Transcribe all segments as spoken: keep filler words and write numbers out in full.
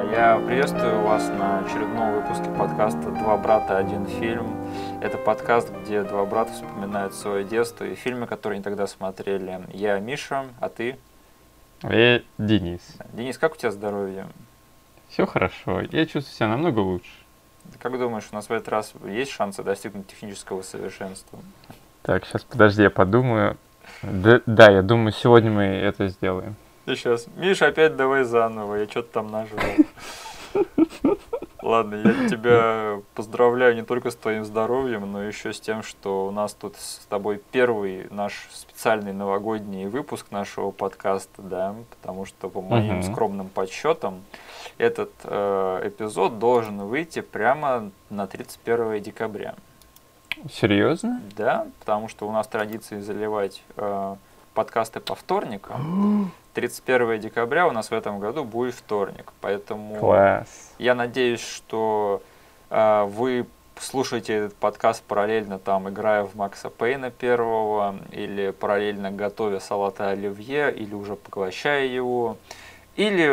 Я приветствую вас на очередном выпуске подкаста «Два брата, один фильм». Это подкаст, где два брата вспоминают свое детство и фильмы, которые они тогда смотрели. Я Миша, а ты? Я Денис. Денис, как у тебя здоровье? Все хорошо, я чувствую себя намного лучше. Как думаешь, у нас в этот раз есть шансы достигнуть технического совершенства? Так, сейчас подожди, я подумаю. Да, да, я думаю, сегодня мы это сделаем. Сейчас. Миша, опять давай заново, я что-то там нажал. Ладно, я тебя поздравляю не только с твоим здоровьем, но еще с тем, что у нас тут с тобой первый наш специальный новогодний выпуск нашего подкаста, да, потому что по моим Мгм. скромным подсчетам этот э, эпизод должен выйти прямо на тридцать первое декабря. Серьезно? Да, потому что у нас традиция заливать э, подкасты по вторникам. тридцать первое декабря у нас в этом году будет вторник, поэтому Класс. я надеюсь, что э, вы слушаете этот подкаст параллельно там, играя в Макса Пейна первого, или параллельно готовя салат оливье, или уже поглощая его. Или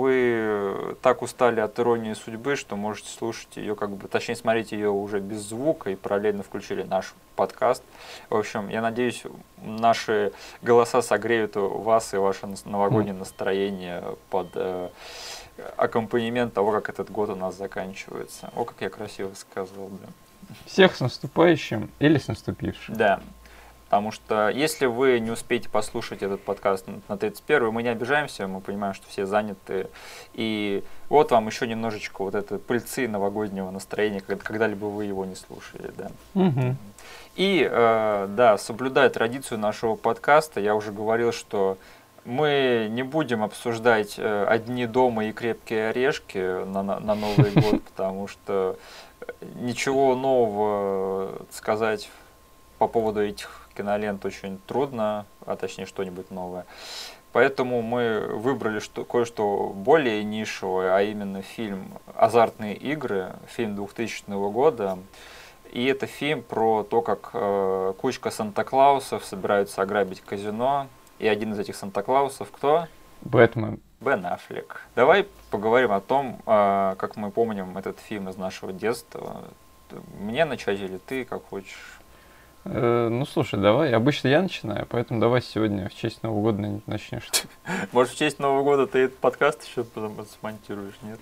вы так устали от иронии судьбы, что можете слушать ее, как бы, точнее, смотреть ее уже без звука и параллельно включили наш подкаст. В общем, я надеюсь, наши голоса согреют вас и ваше новогоднее настроение под э, аккомпанемент того, как этот год у нас заканчивается. О, как я красиво сказал, да. Всех с наступающим или с наступившим. Да. Потому что если вы не успеете послушать этот подкаст на тридцать первое, мы не обижаемся, мы понимаем, что все заняты. И вот вам еще немножечко вот этой пыльцы новогоднего настроения, когда, когда-либо вы его не слушали. Да. Угу. И, э, да, соблюдая традицию нашего подкаста, я уже говорил, что мы не будем обсуждать э, «Одни дома» и «Крепкие орешки» на, на, на Новый год, потому что ничего нового сказать по поводу этих кинолент очень трудно, а точнее что-нибудь новое. Поэтому мы выбрали что, кое-что более нишевое, а именно фильм «Азартные игры», фильм двухтысячного года. И это фильм про то, как э, кучка Санта-Клаусов собираются ограбить казино. И один из этих Санта-Клаусов кто? Бэтмен. Бен Аффлек. Давай поговорим о том, э, как мы помним этот фильм из нашего детства. Мне начать или ты, как хочешь? Э, ну слушай, давай. Обычно я начинаю, поэтому давай сегодня в честь Нового года на- начнешь. ты. Может, в честь Нового года ты этот подкаст еще потом смонтируешь, нет?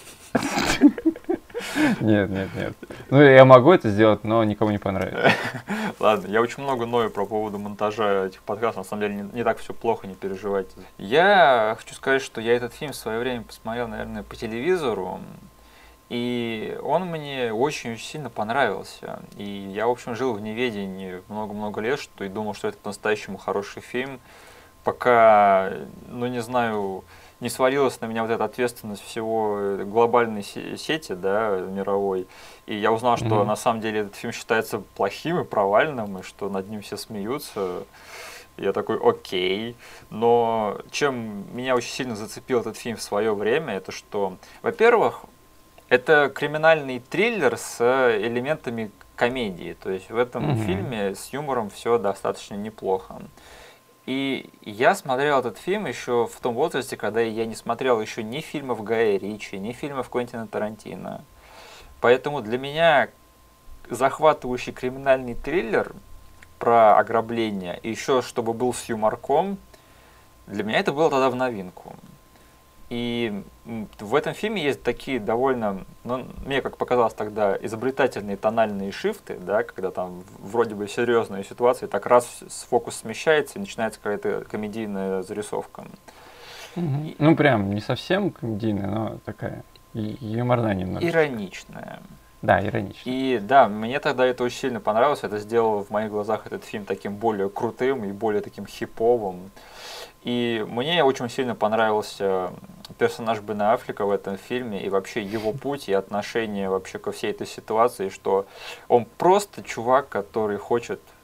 Нет, нет, нет. Ну я могу это сделать, но никому не понравится. Ладно, я очень много ною про поводу монтажа этих подкастов, на самом деле не, не так все плохо, не переживайте. Я хочу сказать, что я этот фильм в свое время посмотрел, наверное, по телевизору, и он мне очень-очень сильно понравился. И я, в общем, жил в неведении много-много лет, что и думал, что это по-настоящему хороший фильм, пока, ну не знаю, не свалилась на меня вот эта ответственность всего глобальной сети, да, мировой. И я узнал, что Мгм. на самом деле этот фильм считается плохим и провальным, и что над ним все смеются. Я такой, окей. Но чем меня очень сильно зацепил этот фильм в свое время, это что, во-первых, это криминальный триллер с элементами комедии. То есть в этом Мгм. фильме с юмором все достаточно неплохо. И я смотрел этот фильм еще в том возрасте, когда я не смотрел еще ни фильмов Гая Ричи, ни фильмов Квентина Тарантино. Поэтому для меня захватывающий криминальный триллер про ограбление, и еще чтобы был с юморком, для меня это было тогда в новинку. И в этом фильме есть такие довольно, ну, мне как показалось тогда, изобретательные тональные шифты, да, когда там вроде бы серьезная ситуация, так раз фокус смещается и начинается какая-то комедийная зарисовка. Мгм. И- Ну прям не совсем комедийная, но такая и- юморная немного. Ироничная. Да, иронично. И да, мне тогда это очень сильно понравилось, это сделало в моих глазах этот фильм таким более крутым и более таким хиповым. И мне очень сильно понравился персонаж Бена Аффлека в этом фильме, и вообще его путь и отношение вообще ко всей этой ситуации, что он просто чувак, который хочет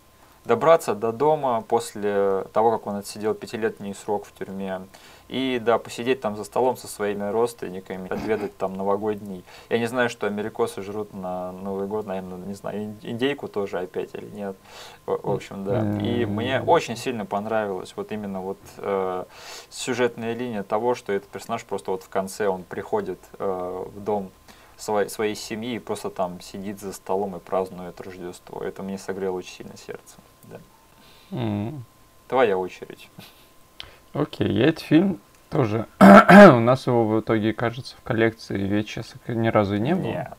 добраться до дома после того, как он отсидел пятилетний срок в тюрьме. И, да, посидеть там за столом со своими родственниками, отведать там новогодний. Я не знаю, что америкосы жрут на Новый год, наверное, не знаю, индейку тоже опять или нет. В, в общем, да. И мне очень сильно понравилась вот именно вот э, сюжетная линия того, что этот персонаж просто вот в конце, он приходит э, в дом своей, своей семьи и просто там сидит за столом и празднует Рождество. Это мне согрело очень сильно сердце. Да. Mm. Твоя очередь. Окей, okay, я этот фильм тоже... У нас его в итоге, кажется, в коллекции ви эйч эс ни разу и не было. Нет.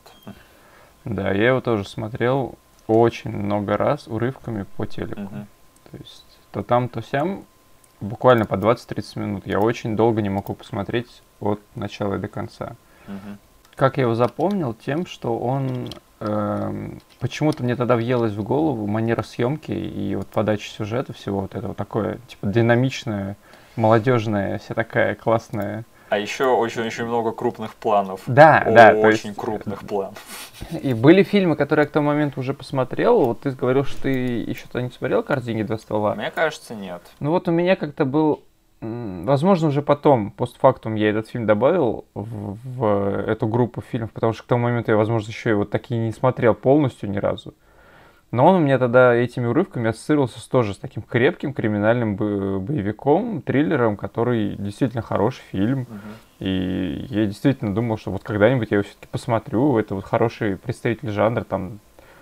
Да, я его тоже смотрел очень много раз урывками по телеку. Uh-huh. То есть то там, то сям, буквально по двадцать-тридцать минут. Я очень долго не могу посмотреть от начала и до конца. Uh-huh. Как я его запомнил? Тем, что он... Э, почему-то мне тогда въелась в голову манера съемки и вот подачи сюжета, всего вот этого такое, типа, динамичное, молодежная, вся такая классная. А еще очень-очень много крупных планов. Да, О, да. Очень есть... крупных планов. И были фильмы, которые я к тому моменту уже посмотрел. Вот ты говорил, что ты еще то не смотрел «Картине два ствола». Мне кажется, нет. Ну вот у меня как-то был... Возможно, уже потом, постфактум, я этот фильм добавил в, в эту группу фильмов, потому что к тому моменту я, возможно, еще и вот такие не смотрел полностью ни разу. Но он у меня тогда этими урывками ассоциировался с, тоже с таким крепким криминальным боевиком, триллером, который действительно хороший фильм. Uh-huh. И я действительно думал, что вот когда-нибудь я его все-таки посмотрю. Это вот хороший представитель жанра. Там...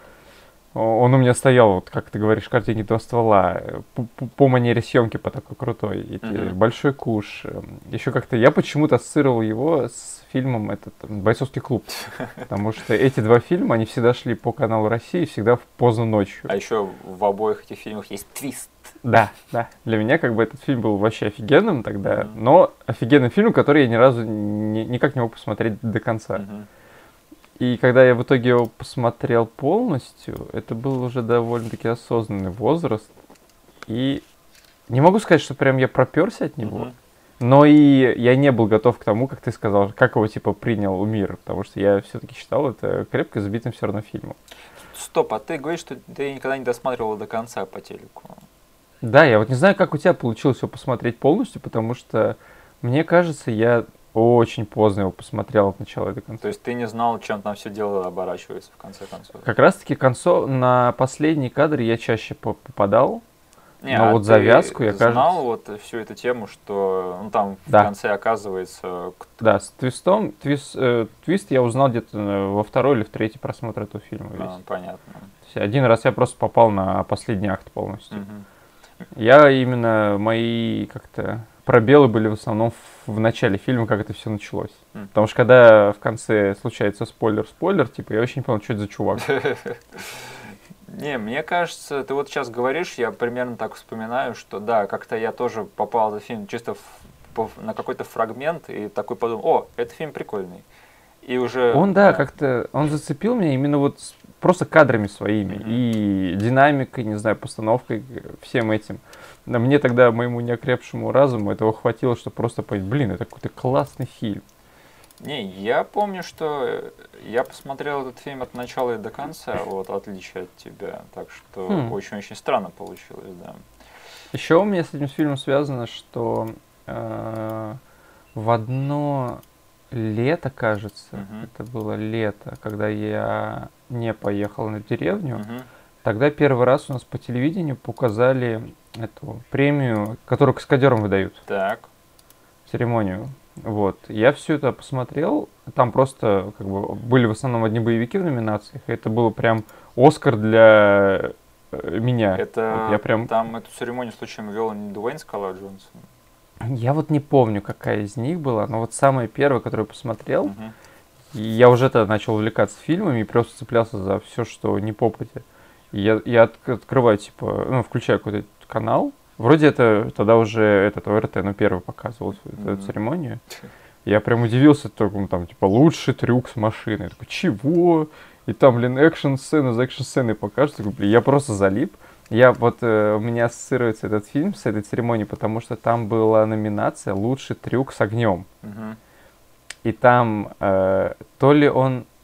Он у меня стоял, вот как ты говоришь, в «Картине два ствола», по, по манере съемки по такой крутой. Эти, uh-huh. «Большой куш». Еще как-то я почему-то ассоциировал его с фильмом этот «Бойцовский клуб». Потому что эти два фильма, они всегда шли по каналу России, всегда поздно ночью. А еще в обоих этих фильмах есть твист. Да, да. Для меня как бы этот фильм был вообще офигенным тогда, uh-huh. но офигенный фильм, который я ни разу ни, никак не мог посмотреть до конца. Uh-huh. И когда я в итоге его посмотрел полностью, это был уже довольно-таки осознанный возраст. И не могу сказать, что прям я проперся от него, uh-huh. но и я не был готов к тому, как ты сказал, как его типа принял мир, потому что я все-таки считал это крепко забитым все равно фильмом. Стоп, а ты говоришь, что ты никогда не досматривал до конца по телеку? Да, я вот не знаю, как у тебя получилось его посмотреть полностью, потому что, мне кажется, я очень поздно его посмотрел от начала до конца. То есть ты не знал, чем там все дело оборачивается в конце концов? Как раз-таки концо... на последний кадр я чаще попадал, не, но а вот завязку я, кажется... знал вот всю эту тему, что ну, там да. в конце оказывается... Да, с твистом, твист, э, твист я узнал где-то во второй или в третий просмотр этого фильма. А, понятно. Один раз я просто попал на последний акт полностью. Угу. Я именно, мои как-то пробелы были в основном в, в начале фильма, как это все началось. Mm. Потому что когда в конце случается спойлер-спойлер, типа, я очень не понял, что это за чувак. Не, мне кажется, ты вот сейчас говоришь, я примерно так вспоминаю, что да, как-то я тоже попал в этот фильм чисто в, на какой-то фрагмент и такой подумал, о, этот фильм прикольный. И уже... Он, да, да. как-то, он зацепил меня именно вот с, просто кадрами своими mm-hmm. и динамикой, не знаю, постановкой, всем этим. Но мне тогда, моему неокрепшему разуму, этого хватило, чтобы просто понять, блин, это какой-то классный фильм. Не, я помню, что я посмотрел этот фильм от начала и до конца, вот, в отличие от тебя, так что хм. очень-очень странно получилось, да. Еще у меня с этим фильмом связано, что э, в одно лето, кажется, uh-huh. это было лето, когда я не поехал на деревню, uh-huh. тогда первый раз у нас по телевидению показали эту премию, которую каскадерам выдают. Так. Церемонию. Вот. Я все это посмотрел. Там просто как бы были в основном одни боевики в номинациях. И это было прям Оскар для меня. Это вот я прям... там эту церемонию случайно вел не Дуэйн Скала Джонсон? Я вот не помню, какая из них была, но вот самая первая, которую я посмотрел, uh-huh. и я уже тогда начал увлекаться фильмами и просто цеплялся за все, что не попадя. И я, я от, открываю, типа, ну, включаю какой-то канал. Вроде это тогда уже этот ОРТ, ну, первый показывал mm-hmm. эту церемонию. Я прям удивился, только там, типа, лучший трюк с машиной. Я такой, чего? И там, блин, экшн-сцены за экшн-сценой покажут. Я, блин, я просто залип. Я вот, э, у меня ассоциируется этот фильм с этой церемонией, потому что там была номинация «Лучший трюк с огнем». Mm-hmm. И там э, то ли он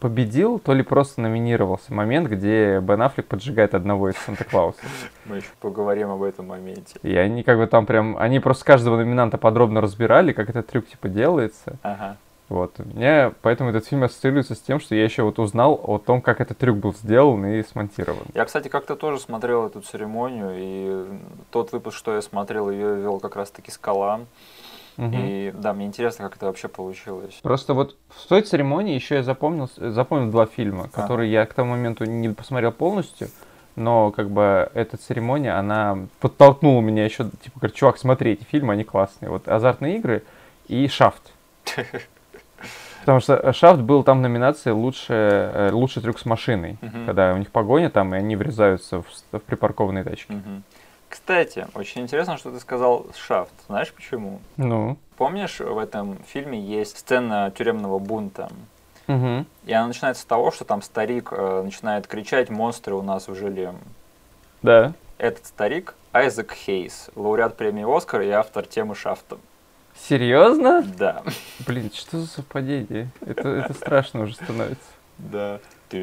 победил, то ли просто номинировался. Момент, где Бен Аффлек поджигает одного из Санта-Клауса. Мы еще поговорим об этом моменте. И они как бы там прям... Они просто каждого номинанта подробно разбирали, как этот трюк типа делается. Ага. Вот. У меня поэтому этот фильм ассоциируется с тем, что я еще вот узнал о том, как этот трюк был сделан и смонтирован. Я, кстати, как-то тоже смотрел эту церемонию, и тот выпуск, что я смотрел, ее вел как раз-таки Скала. Угу. И да, мне интересно, как это вообще получилось. Просто вот в той церемонии еще я запомнил, запомнил два фильма, а. которые я к тому моменту не посмотрел полностью, но как бы эта церемония, она подтолкнула меня еще, типа, говорит, чувак, смотри, эти фильмы, они классные. Вот «Азартные игры» и «Шафт». Потому что «Шафт» был там в номинации лучший, лучший трюк с машиной, uh-huh. когда у них погоня там, и они врезаются в, в припаркованные тачки. Uh-huh. Кстати, очень интересно, что ты сказал «Шафт». Знаешь почему? Ну? Помнишь, в этом фильме есть сцена тюремного бунта? Uh-huh. И она начинается с того, что там старик э, начинает кричать «Монстры у нас в желе». Да. Этот старик Айзек Хейс, лауреат премии «Оскар» и автор темы «Шафта». Серьезно? Да. Блин, что за совпадение? Это, это страшно уже становится. Да.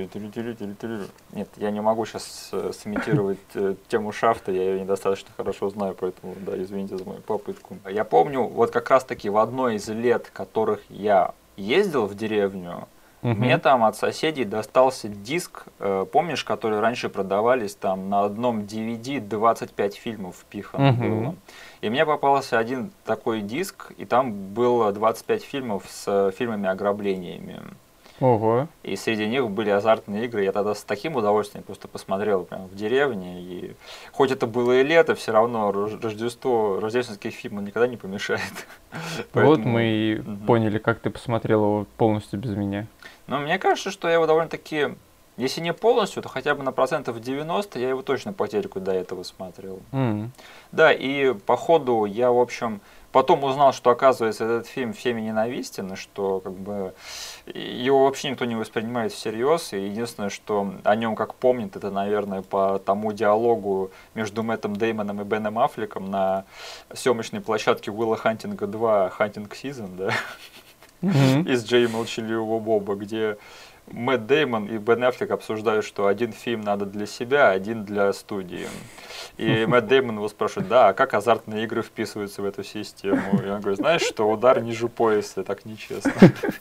Нет, я не могу сейчас сымитировать тему «Шафта», я ее недостаточно хорошо знаю, поэтому, да, извините за мою попытку. Я помню, вот как раз-таки в одно из лет, которых я ездил в деревню, Uh-huh. мне там от соседей достался диск, э, помнишь, которые раньше продавались, там на одном ди ви ди двадцать пять фильмов впихано Uh-huh. было. И мне попался один такой диск, и там было двадцать пять фильмов с фильмами-ограблениями. Ого. И среди них были азартные игры. Я тогда с таким удовольствием просто посмотрел прямо в деревне. И хоть это было и лето, все равно Рождество, рождественские фильмы никогда не помешает. Поэтому... Вот мы и угу. поняли, как ты посмотрел его полностью без меня. Но мне кажется, что я его довольно-таки, если не полностью, то хотя бы на процентов девяносто я его точно по телеку до этого смотрел. Mm. Да, и по ходу я, в общем, потом узнал, что, оказывается, этот фильм всеми ненавистен, и что как бы его вообще никто не воспринимает всерьез, и единственное, что о нем как помнит, это, наверное, по тому диалогу между Мэттом Деймоном и Беном Аффлеком на съемочной площадке Уилла Хантинга два «Hunting Season», да, mm-hmm. из «Джей молчаливого Боба», где Мэтт Деймон и Бен Аффлек обсуждают, что один фильм надо для себя, один для студии. И Мэтт Деймон его спрашивает, да, а как азартные игры вписываются в эту систему? И он говорит, знаешь, что удар ниже пояса, так нечестно.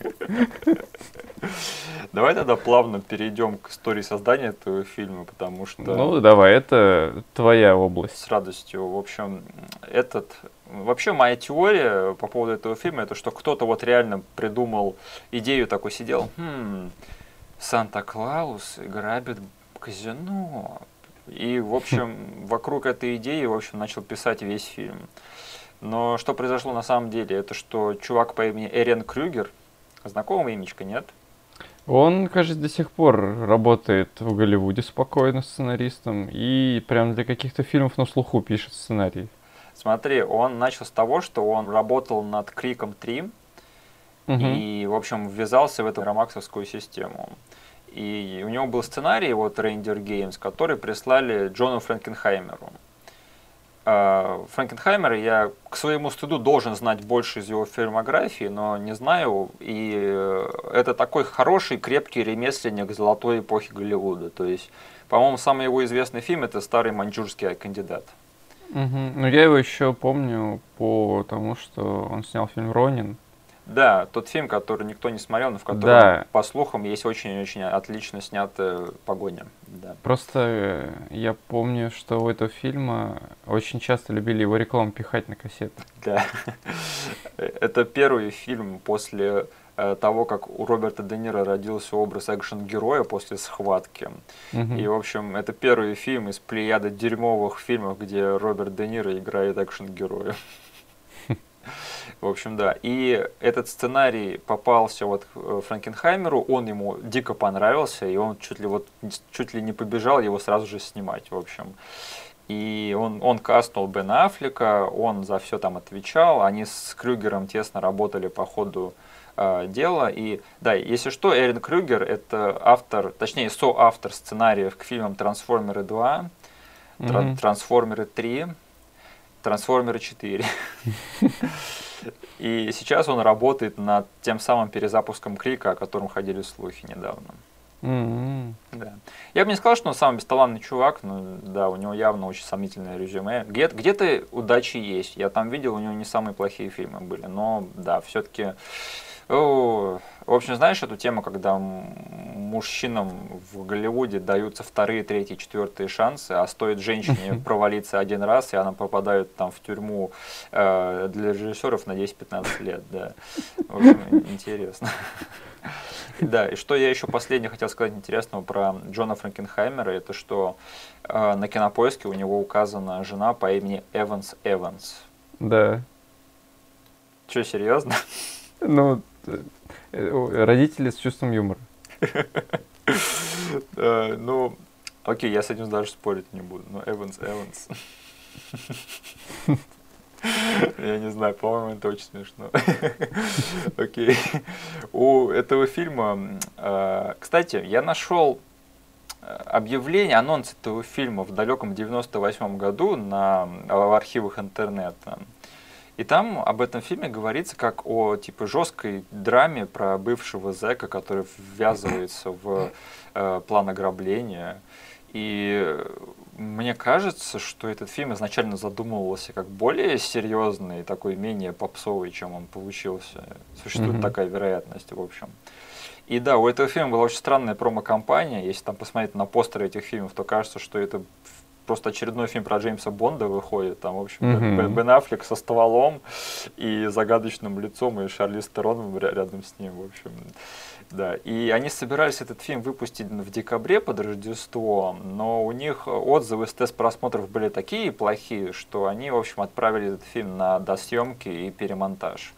Давай тогда плавно перейдем к истории создания этого фильма, потому что... Ну, давай, это твоя область. С радостью. В общем, этот... Вообще, моя теория по поводу этого фильма, это что кто-то вот реально придумал идею, такой сидел, хм, Санта-Клаус грабит казино. И, в общем, вокруг этой идеи, в общем, начал писать весь фильм. Но что произошло на самом деле, это что чувак по имени Эрен Крюгер, знакомое имечко, нет? Он, кажется, до сих пор работает в Голливуде спокойно сценаристом и прям для каких-то фильмов на слуху пишет сценарий. Смотри, он начал с того, что он работал над Криком три угу. и, в общем, ввязался в эту ромаксовскую систему. И у него был сценарий, вот Reindeer Games, который прислали Джону Франкенхаймеру. Франкенхаймера я к своему стыду должен знать больше из его фильмографии, но не знаю. И это такой хороший, крепкий ремесленник золотой эпохи Голливуда. То есть, по-моему, самый его известный фильм — это «Старый маньчжурский кандидат». Угу. Ну, я его еще помню по тому, что он снял фильм «Ронин». Да, тот фильм, который никто не смотрел, но в котором, да. по слухам, есть очень-очень отлично снятая погоня. Да. Просто я помню, что у этого фильма очень часто любили его рекламу пихать на кассеты. Да. Это первый фильм после того, как у Роберта Де Ниро родился образ экшен-героя после схватки. Угу. И, в общем, это первый фильм из плеяды дерьмовых фильмов, где Роберт Де Ниро играет экшен-героя. В общем, да. И этот сценарий попался вот Франкенхаймеру, он ему дико понравился, и он чуть ли, вот, чуть ли не побежал его сразу же снимать, в общем. И он, он кастнул Бена Аффлека, он за все там отвечал, они с Крюгером тесно работали по ходу э, дела. И да, если что, Эрен Крюгер — это автор, точнее, соавтор сценариев к фильмам «Трансформеры два», mm-hmm. «Трансформеры три», «Трансформеры четыре». И сейчас он работает над тем самым перезапуском Крика, о котором ходили слухи недавно. Mm-hmm. Да. Я бы не сказал, что он самый бесталанный чувак, но да, у него явно очень сомнительное резюме. Где- где-то удачи есть. Я там видел, у него не самые плохие фильмы были, но да, все-таки... В общем, знаешь эту тему, когда мужчинам в Голливуде даются вторые, третьи, четвертые шансы, а стоит женщине провалиться один раз, и она попадает там в тюрьму э, для режиссеров на десять-пятнадцать лет, да. В общем, интересно. Да, и что я еще последнее хотел сказать интересного про Джона Франкенхаймера, это что э, на Кинопоиске у него указана жена по имени Эванс Эванс. Да. Че, серьезно? Ну, родители с чувством юмора. Ну, окей, я с этим даже спорить не буду, но Эванс Эванс. Я не знаю, по-моему, это очень смешно. Окей. У этого фильма, кстати, я нашел объявление, анонс этого фильма в далеком девяносто восьмом году на, в архивах интернета. И там об этом фильме говорится как о типа жесткой драме про бывшего зэка, который ввязывается в э, план ограбления. И мне кажется, что этот фильм изначально задумывался как более серьезный, такой менее попсовый, чем он получился. Существует mm-hmm. такая вероятность, в общем. И да, у этого фильма была очень странная промо-компания. Если там посмотреть на постеры этих фильмов, то кажется, что это просто очередной фильм про Джеймса Бонда выходит. Там, в общем, mm-hmm. Бен Аффлек со стволом и загадочным лицом, и Шарлиз Терон рядом с ним, в общем. Да. И они собирались этот фильм выпустить в декабре под Рождество, но у них отзывы с тест-просмотров были такие плохие, что они, в общем, отправили этот фильм на досъемки и перемонтаж.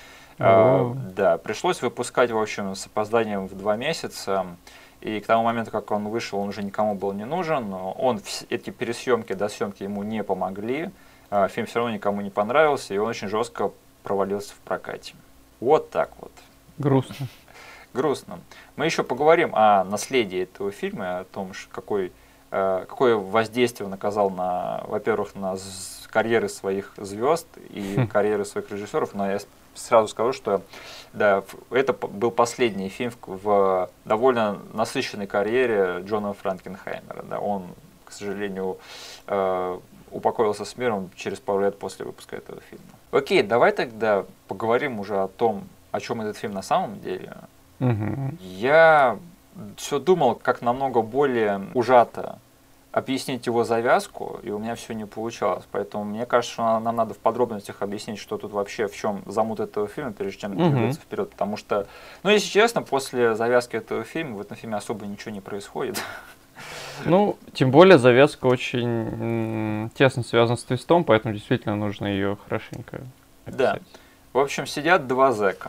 Oh. А, да, пришлось выпускать, в общем, с опозданием в два месяца. И к тому моменту, как он вышел, он уже никому был не нужен. Он, эти пересъемки, досъемки ему не помогли. Фильм все равно никому не понравился, и он очень жестко провалился в прокате. Вот так вот. Грустно. Грустно. Мы еще поговорим о наследии этого фильма, о том, какой, какое воздействие он оказал на, во-первых, на карьеры своих звезд и хм. карьеры своих режиссеров. Но я сразу скажу, что да, это был последний фильм в довольно насыщенной карьере Джона Франкенхаймера. Да, он, к сожалению, э, упокоился с миром через пару лет после выпуска этого фильма. Окей, давай тогда поговорим уже о том, о чем этот фильм на самом деле. Mm-hmm. Я все думал, как намного более ужато объяснить его завязку, и у меня все не получалось. Поэтому мне кажется, что нам надо в подробностях объяснить, что тут вообще, в чем замут этого фильма, прежде чем mm-hmm. двигаться вперед. Потому что, ну, если честно, после завязки этого фильма в этом фильме особо ничего не происходит. Ну, тем более завязка очень м- тесно связана с твистом, поэтому действительно нужно ее хорошенько описать. Да. В общем, сидят два зэка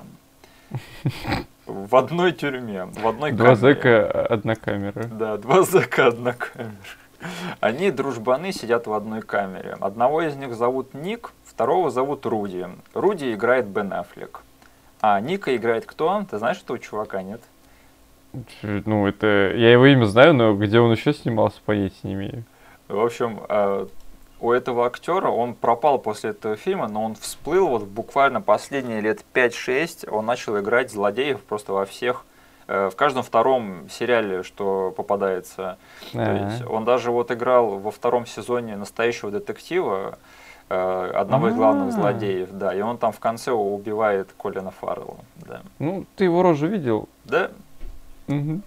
в одной тюрьме, в одной камере. Два зэка, одна камера. Да, два зэка, одна камера. Они дружбаны, сидят в одной камере. Одного из них зовут Ник, второго зовут Руди. Руди играет Бен Аффлек. А Ника играет кто? Ты знаешь этого чувака, нет? Ну, это... Я его имя знаю, но где он еще снимался, понятия не имею. В общем, у этого актера, он пропал после этого фильма, но он всплыл вот буквально последние лет пять-шесть. Он начал играть злодеев просто во всех... В каждом втором сериале, что попадается. А-а-а. То есть он даже вот играл во втором сезоне «Настоящего детектива», одного из главных злодеев, да, и он там в конце убивает Колина Фаррелла. Да. Ну, ты его рожу видел? Да. Угу.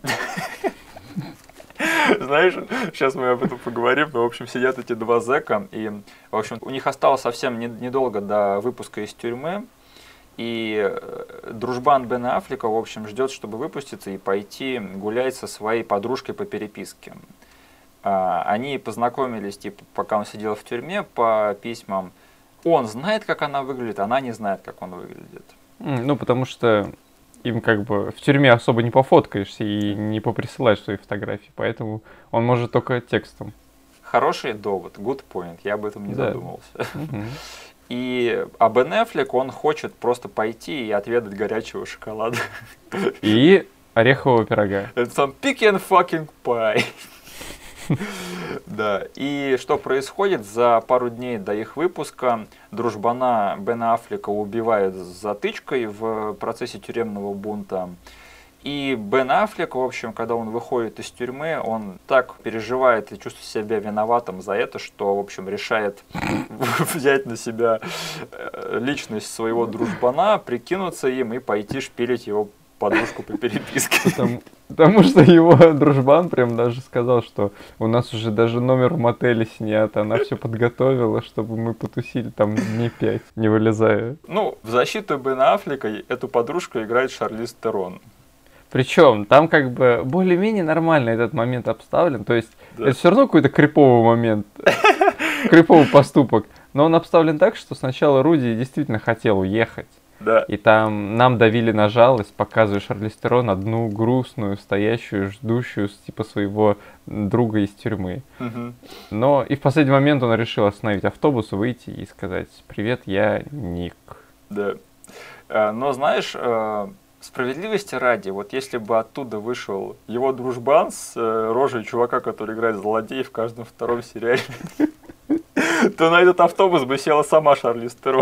Знаешь, сейчас мы об этом поговорим, но, в общем, сидят эти два зэка, и, в общем, у них осталось совсем не, недолго до выпуска из тюрьмы, и дружбан Бена Аффлека, в общем, ждет, чтобы выпуститься и пойти гулять со своей подружкой по переписке. Они познакомились, типа, пока он сидел в тюрьме, по письмам. Он знает, как она выглядит, она не знает, как он выглядит. Ну, потому что им как бы в тюрьме особо не пофоткаешься и не поприсылаешь свои фотографии, поэтому он может только текстом. Хороший довод, good point, я об этом не да. задумывался. Угу. И, а Бен Аффлек, он хочет просто пойти и отведать горячего шоколада. И орехового пирога. Это some pecan fucking pie. Да, и что происходит? За пару дней до их выпуска дружбана Бена Аффлека убивают с затычкой в процессе тюремного бунта. И Бен Аффлек, в общем, когда он выходит из тюрьмы, он так переживает и чувствует себя виноватым за это, что, в общем, решает взять на себя личность своего дружбана, прикинуться им и пойти шпилить его подружку по переписке. Потому, потому что его дружбан прям даже сказал, что у нас уже даже номер в мотеле снят, она все подготовила, чтобы мы потусили там дней пять, не вылезая. Ну, в защиту Бена Аффлека эту подружку играет Шарлиз Терон. Причем там как бы более-менее нормально этот момент обставлен, то есть Да. это все равно какой-то криповый момент, криповый поступок, но он обставлен так, что сначала Руди действительно хотел уехать. Да. И там нам давили на жалость, показывая Шарлиз Терон одну грустную, стоящую, ждущую типа своего друга из тюрьмы. Мгм. Но и в последний момент он решил остановить автобус, выйти и сказать: «Привет, я Ник». Да. Э, Но знаешь, э, справедливости ради, вот если бы оттуда вышел его дружбан с э, рожей чувака, который играет злодей в каждом втором сериале, то на этот автобус бы села сама Шарлиз Терон.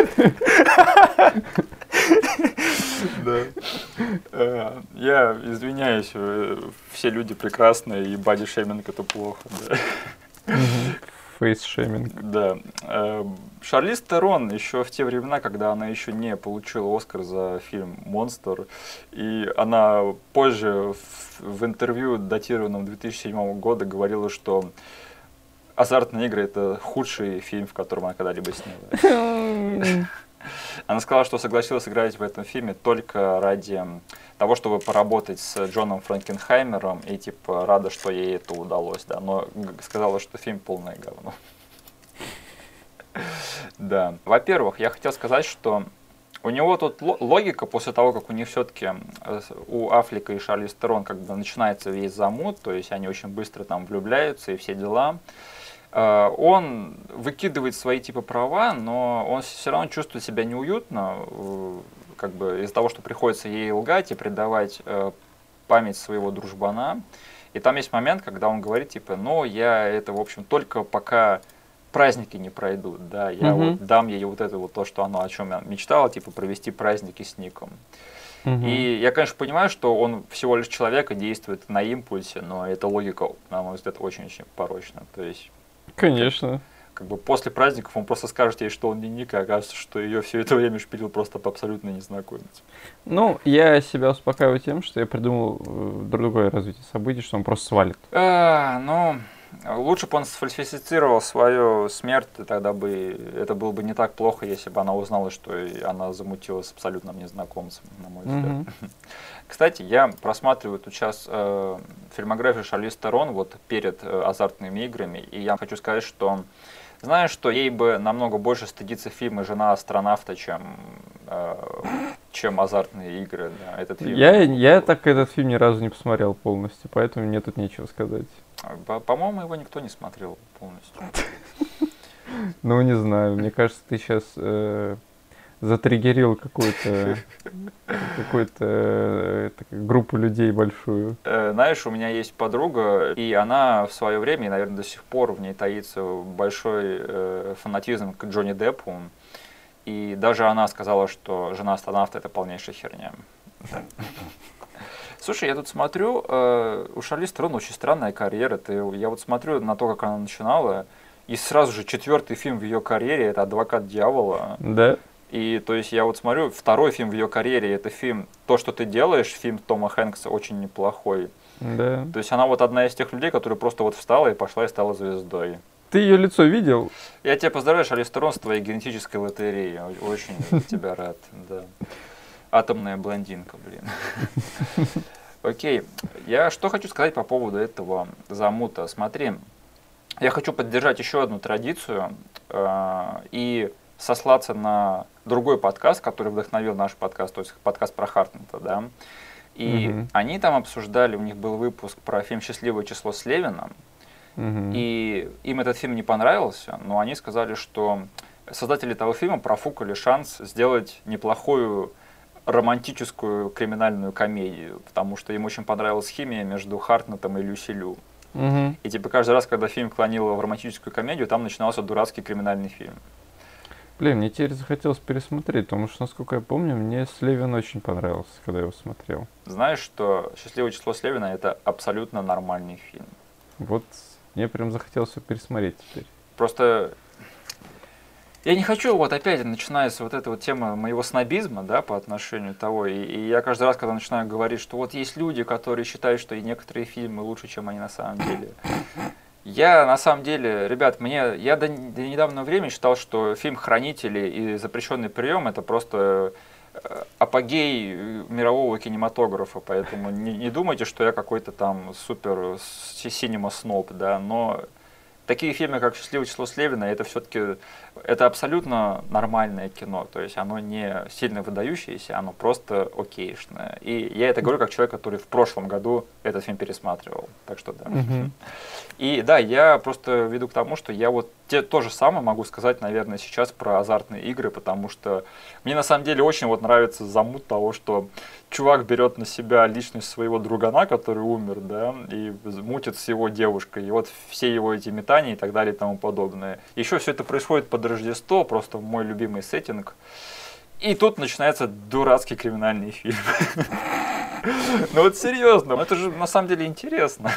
Да. Э, Я извиняюсь, э, все люди прекрасные, и боди-шейминг это плохо. Да. Фейс-шейминг. Да. Э, Шарлиз Терон еще в те времена, когда она еще не получила Оскар за фильм «Монстр», и она позже в, в интервью, датированном две тысячи седьмого года, говорила, что «Азартные игры» — это худший фильм, в котором она когда-либо снялась. Она сказала, что согласилась играть в этом фильме только ради того, чтобы поработать с Джоном Франкенхаймером, и типа рада, что ей это удалось, да, но г- сказала, что фильм полное говно. Да. Во-первых, я хотел сказать, что у него тут ло- логика после того, как у них все-таки у Аффлека и Шарлиз Терон как бы начинается весь замут, то есть они очень быстро там влюбляются и все дела. Э, Он выкидывает свои типа права, но он все равно чувствует себя неуютно, э, как бы из-за того, что приходится ей лгать и предавать э, память своего дружбана. И там есть момент, когда он говорит, типа, ну, я это, в общем, только пока праздники не пройдут, да, я Мгм. вот дам ей вот это вот то, что оно, о чем я мечтала, типа, провести праздники с Ником. Мгм. И я, конечно, понимаю, что он всего лишь человек и действует на импульсе, но эта логика, на мой взгляд, очень-очень порочна. То есть, Конечно. как бы после праздников он просто скажет ей, что он не Ник, а окажется, что ее все это время шпилил просто абсолютно незнакомец. Ну, я себя успокаиваю тем, что я придумал э, другое развитие событий, что он просто свалит. А, ну, лучше бы он сфальсифицировал свою смерть, и тогда бы это было бы не так плохо, если бы она узнала, что и она замутила с абсолютным незнакомцем, на мой взгляд. Мгм. Кстати, я просматриваю тут сейчас э, фильмографию Шарлиз Терон вот перед э, азартными играми, и я хочу сказать, что знаешь, что ей бы намного больше стыдиться фильма «Жена астронавта», чем, э, чем «Азартные игры». Да, этот фильм. Я, я так этот фильм ни разу не посмотрел полностью, поэтому мне тут нечего сказать. По- По-моему, его никто не смотрел полностью. Ну, не знаю, мне кажется, ты сейчас э, затриггерил какую-то какую-то э, так, группу людей большую. Э, Знаешь, у меня есть подруга, и она в свое время, и, наверное, до сих пор в ней таится большой э, фанатизм к Джонни Деппу. И даже она сказала, что «Жена астронавта» — это полнейшая херня. Слушай, я тут смотрю, э, у Шарлиз Терон очень странная карьера. Ты, я вот смотрю на то, как она начинала, и сразу же четвертый фильм в ее карьере — это «Адвокат дьявола». Да? И то есть я вот смотрю, второй фильм в ее карьере — это фильм «То, что ты делаешь», фильм Тома Хэнкса, очень неплохой. Да. То есть она вот одна из тех людей, которая просто вот встала и пошла и стала звездой. Ты ее лицо видел? Я тебя поздравляю, Шарлиз Терон, с твоей генетической лотереей. О- Очень за тебя рад, да. Атомная блондинка, блин. Окей, я что хочу сказать по поводу этого замута. Смотри, я хочу поддержать еще одну традицию э, и сослаться на другой подкаст, который вдохновил наш подкаст, то есть подкаст про Хартнета, да. И Мгм. они там обсуждали, у них был выпуск про фильм «Счастливое число» с Левином, Мгм. и им этот фильм не понравился, но они сказали, что создатели того фильма профукали шанс сделать неплохую романтическую криминальную комедию, потому что им очень понравилась химия между Хартнетом и Люси Лю. Угу. И типа каждый раз, когда фильм клонил в романтическую комедию, там начинался дурацкий криминальный фильм. Блин, мне теперь захотелось пересмотреть, потому что, насколько я помню, мне Слевин очень понравился, когда я его смотрел. Знаешь, что «Счастливое число Слевина» — это абсолютно нормальный фильм. Вот мне прям захотелось его пересмотреть теперь. Просто я не хочу, вот опять начинается вот эта вот тема моего снобизма, да, по отношению того, и, и я каждый раз, когда начинаю говорить, что вот есть люди, которые считают, что и некоторые фильмы лучше, чем они на самом деле. Я, на самом деле, ребят, мне, я до, до недавнего времени считал, что фильм «Хранители» и «Запрещенный прием» — это просто апогей мирового кинематографа, поэтому не, не думайте, что я какой-то там супер синема-сноб, да, но такие фильмы, как «Счастливое число Слевина», это все-таки это абсолютно нормальное кино, то есть оно не сильно выдающееся, оно просто окейшное. И я это говорю как человек, который в прошлом году этот фильм пересматривал, так что да. Угу. И да, я просто веду к тому, что я вот те, то же самое могу сказать, наверное, сейчас про азартные игры, потому что мне на самом деле очень вот нравится замут того, что чувак берет на себя личность своего другана, который умер, да, и мутит с его девушкой, и вот все его эти метания и так далее и тому подобное. Еще все это происходит под Рождество, просто мой любимый сеттинг. И тут начинается дурацкий криминальный фильм. Ну вот серьезно, это же на самом деле интересно.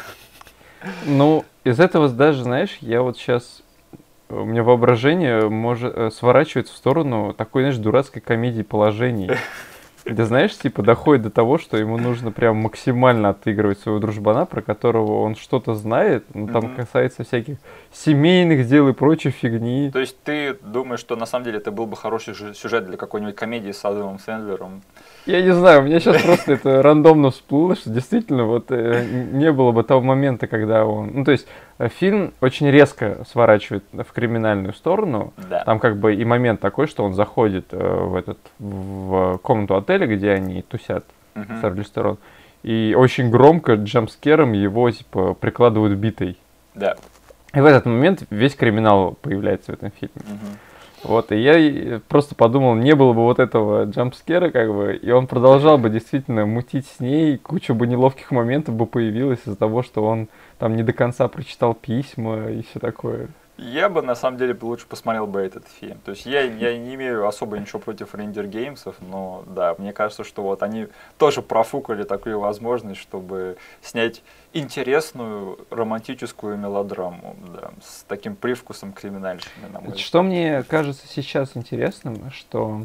Ну, из этого даже, знаешь, я вот сейчас... У меня воображение может сворачивать в сторону такой, знаешь, дурацкой комедии положений. Где, знаешь, типа, доходит до того, что ему нужно прям максимально отыгрывать своего дружбана, про которого он что-то знает, но там mm-hmm. касается всяких семейных дел и прочей фигни. То есть ты думаешь, что на самом деле это был бы хороший сюжет для какой-нибудь комедии с Адамом Сэндлером? Я не знаю, у меня сейчас просто это рандомно всплыло, что действительно вот не было бы того момента, когда он... Ну, то есть фильм очень резко сворачивает в криминальную сторону. Да. Там как бы и момент такой, что он заходит в этот в комнату отеля, где они тусят, uh-huh. Шарлиз Терон, и очень громко джампскером его типа прикладывают битой. Да. И в этот момент весь криминал появляется в этом фильме. Uh-huh. Вот, и я просто подумал, не было бы вот этого джампскера, как бы, и он продолжал бы действительно мутить с ней, куча бы неловких моментов бы появилась из-за того, что он там не до конца прочитал письма и все такое. Я бы, на самом деле, лучше посмотрел бы этот фильм. То есть я, я не имею особо ничего против Рейнджер Геймсов, но да, мне кажется, что вот они тоже профукали такую возможность, чтобы снять интересную романтическую мелодраму, да, с таким привкусом криминальщины, на мой взгляд. Что мне кажется сейчас интересным, что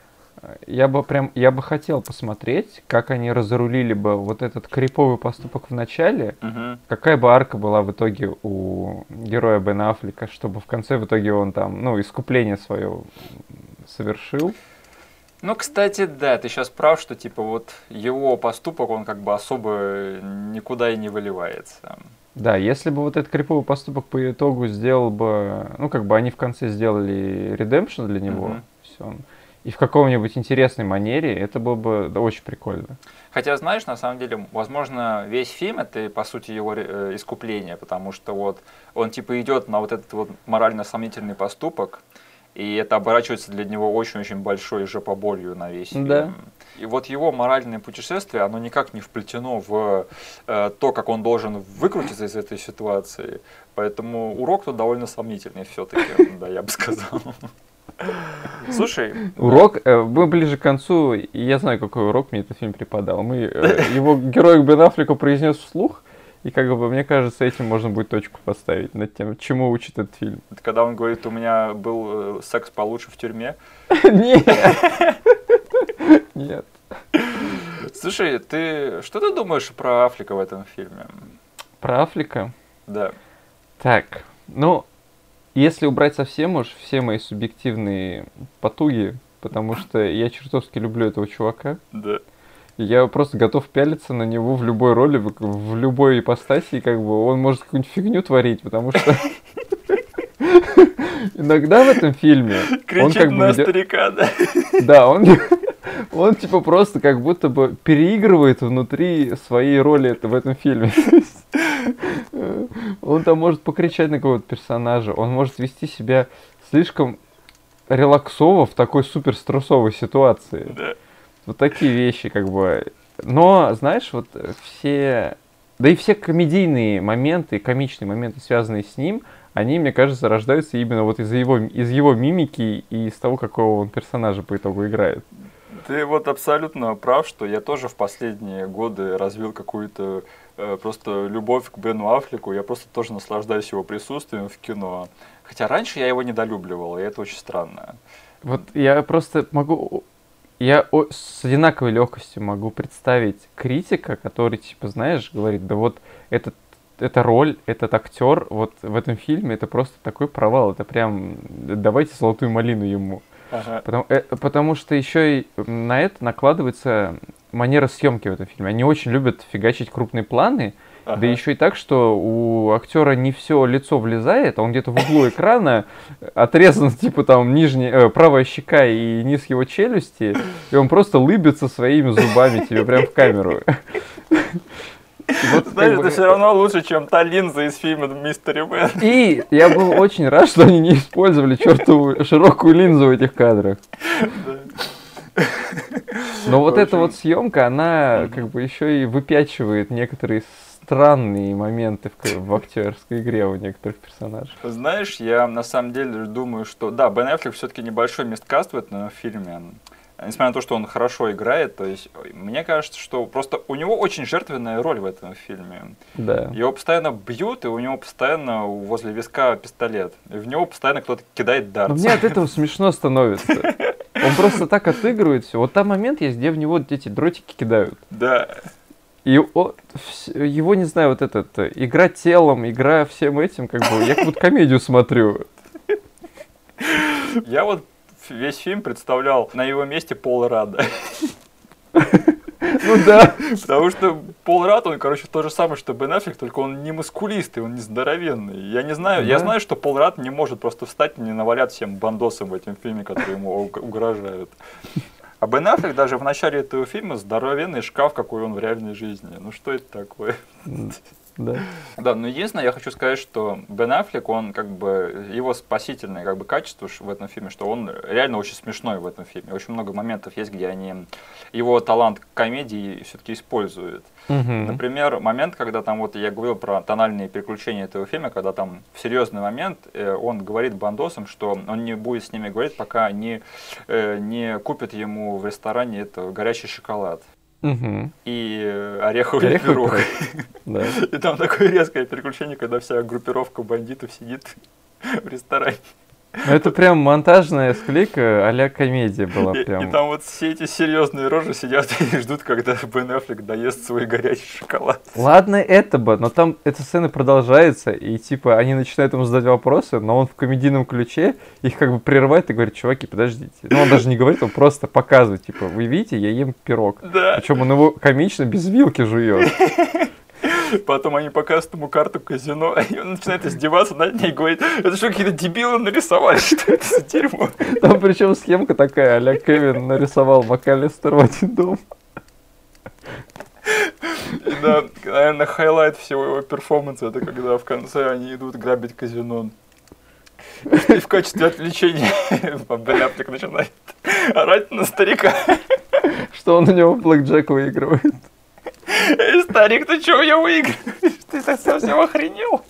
я бы прям, я бы хотел посмотреть, как они разрулили бы вот этот криповый поступок в начале, угу. какая бы арка была в итоге у героя Бена Аффлека, чтобы в конце в итоге он там, ну, искупление свое совершил. Ну, кстати, да, ты сейчас прав, что типа вот его поступок, он как бы особо никуда и не выливается. Да, если бы вот этот криповый поступок по итогу сделал бы, ну, как бы они в конце сделали редемпшн для него, угу. все. И в каком-нибудь интересной манере, это было бы да, очень прикольно. Хотя, знаешь, на самом деле, возможно, весь фильм это, по сути, его э, искупление, потому что вот он типа идет на вот этот вот морально сомнительный поступок, и это оборачивается для него очень-очень большой жопоболью на весь фильм. Да. И вот его моральное путешествие, оно никак не вплетено в э, то, как он должен выкрутиться из этой ситуации. Поэтому урок тут довольно сомнительный все-таки, да, я бы сказал. Слушай, урок, э, мы ближе к концу, и я знаю, какой урок мне этот фильм преподал. Мы, э, его герой Бен Аффлека произнес вслух, и как бы, мне кажется, этим можно будет точку поставить над тем, чему учит этот фильм. Это когда он говорит, у меня был э, секс получше в тюрьме? Нет. Нет. Слушай, ты что ты думаешь про Аффлека в этом фильме? Про Аффлека? Да. Так, ну... Если убрать совсем уж все мои субъективные потуги, потому что я чертовски люблю этого чувака, да. Я просто готов пялиться на него в любой роли, в, в любой ипостаси, как бы он может какую-нибудь фигню творить, потому что иногда в этом фильме он как бы на старика, да? Да, он он типа просто как будто бы переигрывает внутри своей роли в этом фильме. Он там может покричать на какого-то персонажа, он может вести себя слишком релаксово в такой супер стрессовой ситуации. Да. Вот такие вещи, как бы. Но, знаешь, вот все Да и все комедийные моменты, комичные моменты, связанные с ним, они, мне кажется, рождаются именно вот из его, из его мимики и из того, какого он персонажа по итогу играет. Ты вот абсолютно прав, что я тоже в последние годы развил какую-то э, просто любовь к Бену Аффлеку. Я просто тоже наслаждаюсь его присутствием в кино. Хотя раньше я его недолюбливал, и это очень странно. Вот я просто могу... Я о- с одинаковой легкостью могу представить критика, который, типа, знаешь, говорит, да вот этот, эта роль, этот актер вот в этом фильме, это просто такой провал. Это прям, давайте золотую малину ему. Ага. Потому, э, потому что еще и на это накладывается манера съемки в этом фильме. Они очень любят фигачить крупные планы, ага. Да еще и так, что у актера не все лицо влезает, а он где-то в углу экрана отрезан, типа там нижняя, э, правая щека и низ его челюсти, и он просто лыбится своими зубами тебе прям в камеру. Вот, знаешь, это бы... все равно лучше, чем та линза из фильма «Мистери Мэн». И я был очень рад, что они не использовали чертову широкую линзу в этих кадрах. Но вот эта вот съемка, она как бы еще и выпячивает некоторые странные моменты в, в актерской игре у некоторых персонажей. Знаешь, я на самом деле думаю, что да, Бен Аффлек все-таки небольшой мисткаст в этом фильме. Несмотря на то, что он хорошо играет, то есть мне кажется, что просто у него очень жертвенная роль в этом фильме. Да. Его постоянно бьют, и у него постоянно возле виска пистолет. И в него постоянно кто-то кидает дартс. Но мне от этого смешно становится. Он просто так отыгрывает все. Вот там момент есть, где в него эти дротики кидают. Да. И он, его, не знаю, вот этот, игра телом, игра всем этим, как бы, я как будто комедию смотрю. Я вот весь фильм представлял на его месте Пола Радда. Ну да. Потому что Пол Радд, он, короче, то же самое, что Бен Аффлек, только он не мускулистый, он не здоровенный. Я не знаю, да? Я знаю, что Пол Радд не может просто встать и не навалять всем бандосам в этом фильме, которые ему угрожают. А Бен Аффлек даже в начале этого фильма здоровенный шкаф, какой он в реальной жизни. Ну что это такое? Да. Да, но единственное, я хочу сказать, что Бен Аффлек, он как бы, его спасительное как бы качество в этом фильме, что он реально очень смешной в этом фильме. Очень много моментов есть, где они его талант комедии все-таки используют. Угу. Например, момент, когда там, вот я говорил про тональные переключения этого фильма, когда там в серьезный момент э, он говорит бандосам, что он не будет с ними говорить, пока не, э, не купят ему в ресторане это горячий шоколад. Угу. И ореховый, ореховый пирог. Да. И там такое резкое переключение, когда вся группировка бандитов сидит в ресторане. Ну, это прям монтажная склейка а-ля комедия была и, прям. И там вот все эти серьезные рожи сидят и ждут, когда Бен Аффлек доест свой горячий шоколад. Ладно это бы, но там эта сцена продолжается, и типа они начинают ему задать вопросы, но он в комедийном ключе их как бы прерывает и говорит: чуваки, подождите. Ну он даже не говорит, он просто показывает, типа, вы видите, я ем пирог. Да. Причем он его комично без вилки жует. Потом они показывают ему карту казино, и он начинает издеваться над ней и говорит: это что, какие-то дебилы нарисовали, что это за дерьмо? Там причем схемка такая, а-ля Кевин нарисовал МакАлистер в один дом. И да, наверное, хайлайт всего его перформанса, это когда в конце они идут грабить казино. И в качестве отвлечения Бен Аффлек начинает орать на старика. Что он у него в блэкджек выигрывает. Эй, старик, ты чего я выигрываешь? Ты совсем охренел?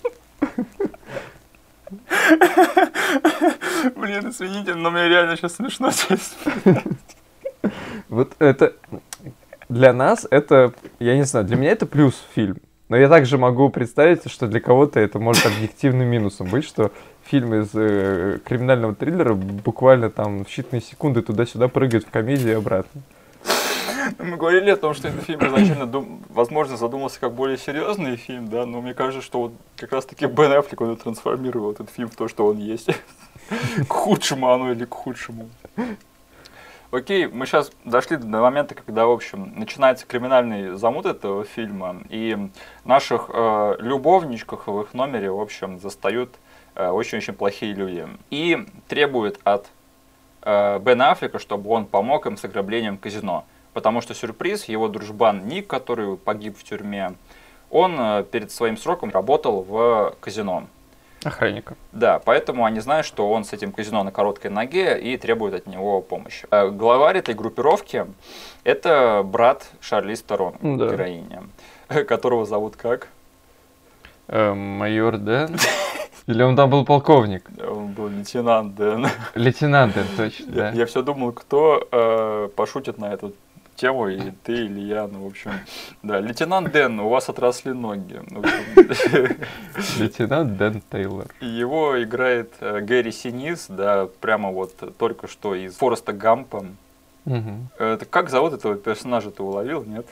Блин, извините, но мне реально сейчас смешно здесь. Вот это... Для нас это, я не знаю, для меня это плюс фильм. Но я также могу представить, что для кого-то это может объективным минусом быть, что фильм из э, криминального триллера буквально там в считанные секунды туда-сюда прыгает в комедию и обратно. Мы говорили о том, что этот фильм изначально, дум... возможно, задумался как более серьезный фильм, да, но мне кажется, что вот как раз-таки Бен Аффлек, он трансформировал этот фильм в то, что он есть. К худшему оно или к худшему. Окей, мы сейчас дошли до момента, когда, в общем, начинается криминальный замут этого фильма, и наших э, любовничков в их номере, в общем, застают э, очень-очень плохие люди. И требуют от э, Бена Аффлека, чтобы он помог им с ограблением казино. Потому что сюрприз, его дружбан Ник, который погиб в тюрьме, он э, перед своим сроком работал в казино. Охранником. Да, поэтому они знают, что он с этим казино на короткой ноге и требуют от него помощи. Э, главарь этой группировки – это брат Шарлиз Терон, да. героини. которого зовут как? Э, майор Дэн? Или он там был полковник? Он был лейтенант Дэн. Лейтенант Дэн, точно, да. Я, я все думал, кто э, пошутит на эту тему, и ты, или я, ну, в общем, да. Лейтенант Дэн, у вас отросли ноги. Лейтенант Дэн Тейлор. Его играет э, Гэри Синис, да, прямо вот только что из Фореста Гампа. Угу. Это, как зовут этого персонажа, ты уловил, нет?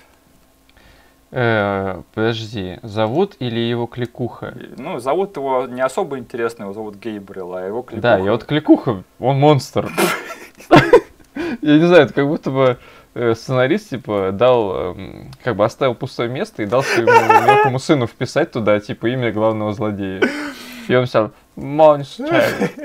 Э, подожди, зовут или его кликуха? Ну, зовут его не особо интересно, его зовут Гейбриэл, а его кликуха... Да, и вот кликуха, он монстр. Я не знаю, это как будто бы сценарист, типа, дал, как бы оставил пустое место и дал своему мелкому сыну вписать туда, типа, имя главного злодея. И он писал «Монстр».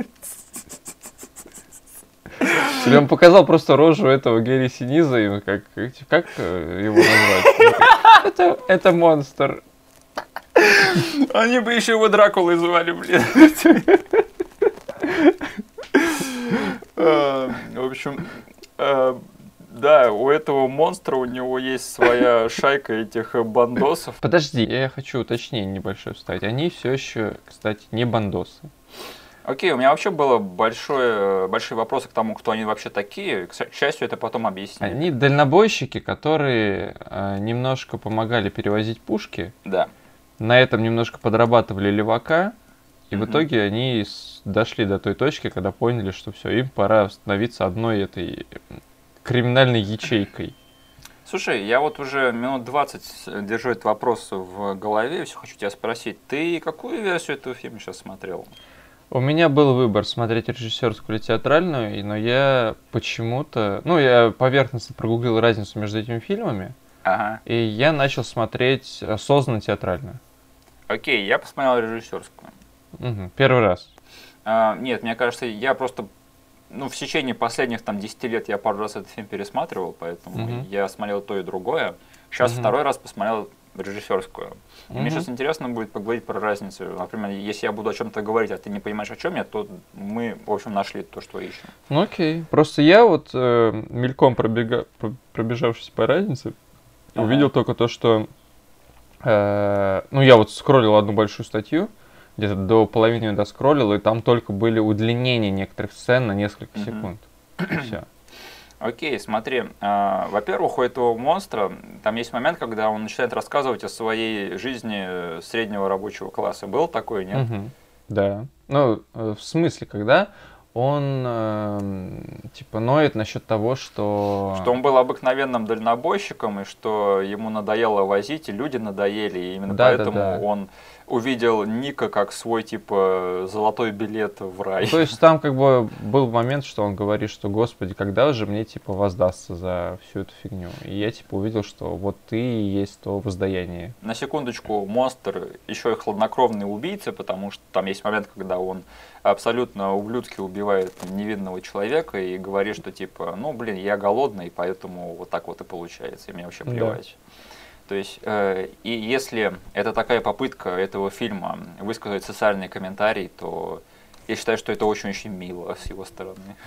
Или он показал просто рожу этого Гэри Синиза, и как, как его назвать? Это, это монстр. Они бы еще его Дракулой звали, блин. В общем, да, у этого монстра, у него есть своя шайка этих бандосов. Подожди, я хочу уточнение небольшое вставить. Они все еще, кстати, не бандосы. Окей, у меня вообще было большое, большие вопросы к тому, кто они вообще такие. К счастью, это потом объяснили. Они дальнобойщики, которые э, немножко помогали перевозить пушки. Да. На этом немножко подрабатывали левака. И Mm-hmm. в итоге они с- дошли до той точки, когда поняли, что все, им пора становиться одной этой криминальной ячейкой. Слушай, я вот уже минут двадцать держу этот вопрос в голове, все хочу тебя спросить. Ты какую версию этого фильма сейчас смотрел? У меня был выбор смотреть режиссерскую или театральную, и- но я почему-то... Ну, я поверхностно прогуглил разницу между этими фильмами, Ага. и я начал смотреть осознанно театральную. Окей, я посмотрел режиссерскую. Мгм, первый раз. А, нет, мне кажется, я просто... Ну, в течение последних там десяти лет я пару раз этот фильм пересматривал, поэтому Мгм. я смотрел то и другое. Сейчас Мгм. второй раз посмотрел режиссерскую. И Мне Мгм. сейчас интересно будет поговорить про разницу. Например, если я буду о чем-то говорить, а ты не понимаешь, о чем я, то мы, в общем, нашли то, что ищем. Ну окей. Просто я вот э, мельком пробега... про- пробежавшись по разнице, Ага. увидел только то, что... э, ну, я вот скроллил одну большую статью, где-то до половины доскроллил, и там только были удлинения некоторых сцен на несколько Мгм. секунд. Все. Окей, смотри. а, Во-первых, у этого монстра там есть момент, когда он начинает рассказывать о своей жизни э, среднего рабочего класса. Был такой, нет? Да. Ну, э, в смысле, когда он э, типа ноет насчет того, что... Что он был обыкновенным дальнобойщиком, и что ему надоело возить, и люди надоели, и именно Да, да, поэтому да. он увидел Ника как свой, типа, золотой билет в рай. То есть там как бы был момент, что он говорит, что, господи, когда же мне типа воздастся за всю эту фигню? И я типа увидел, что вот ты и есть то воздаяние. На секундочку, монстр еще и хладнокровный убийца, потому что там есть момент, когда он абсолютно ублюдски убивает невинного человека и говорит, что типа, ну, блин, я голодный, поэтому вот так вот и получается, и мне вообще Да. плевать. То есть, э, и если это такая попытка этого фильма высказать социальный комментарий, то я считаю, что это очень-очень мило с его стороны.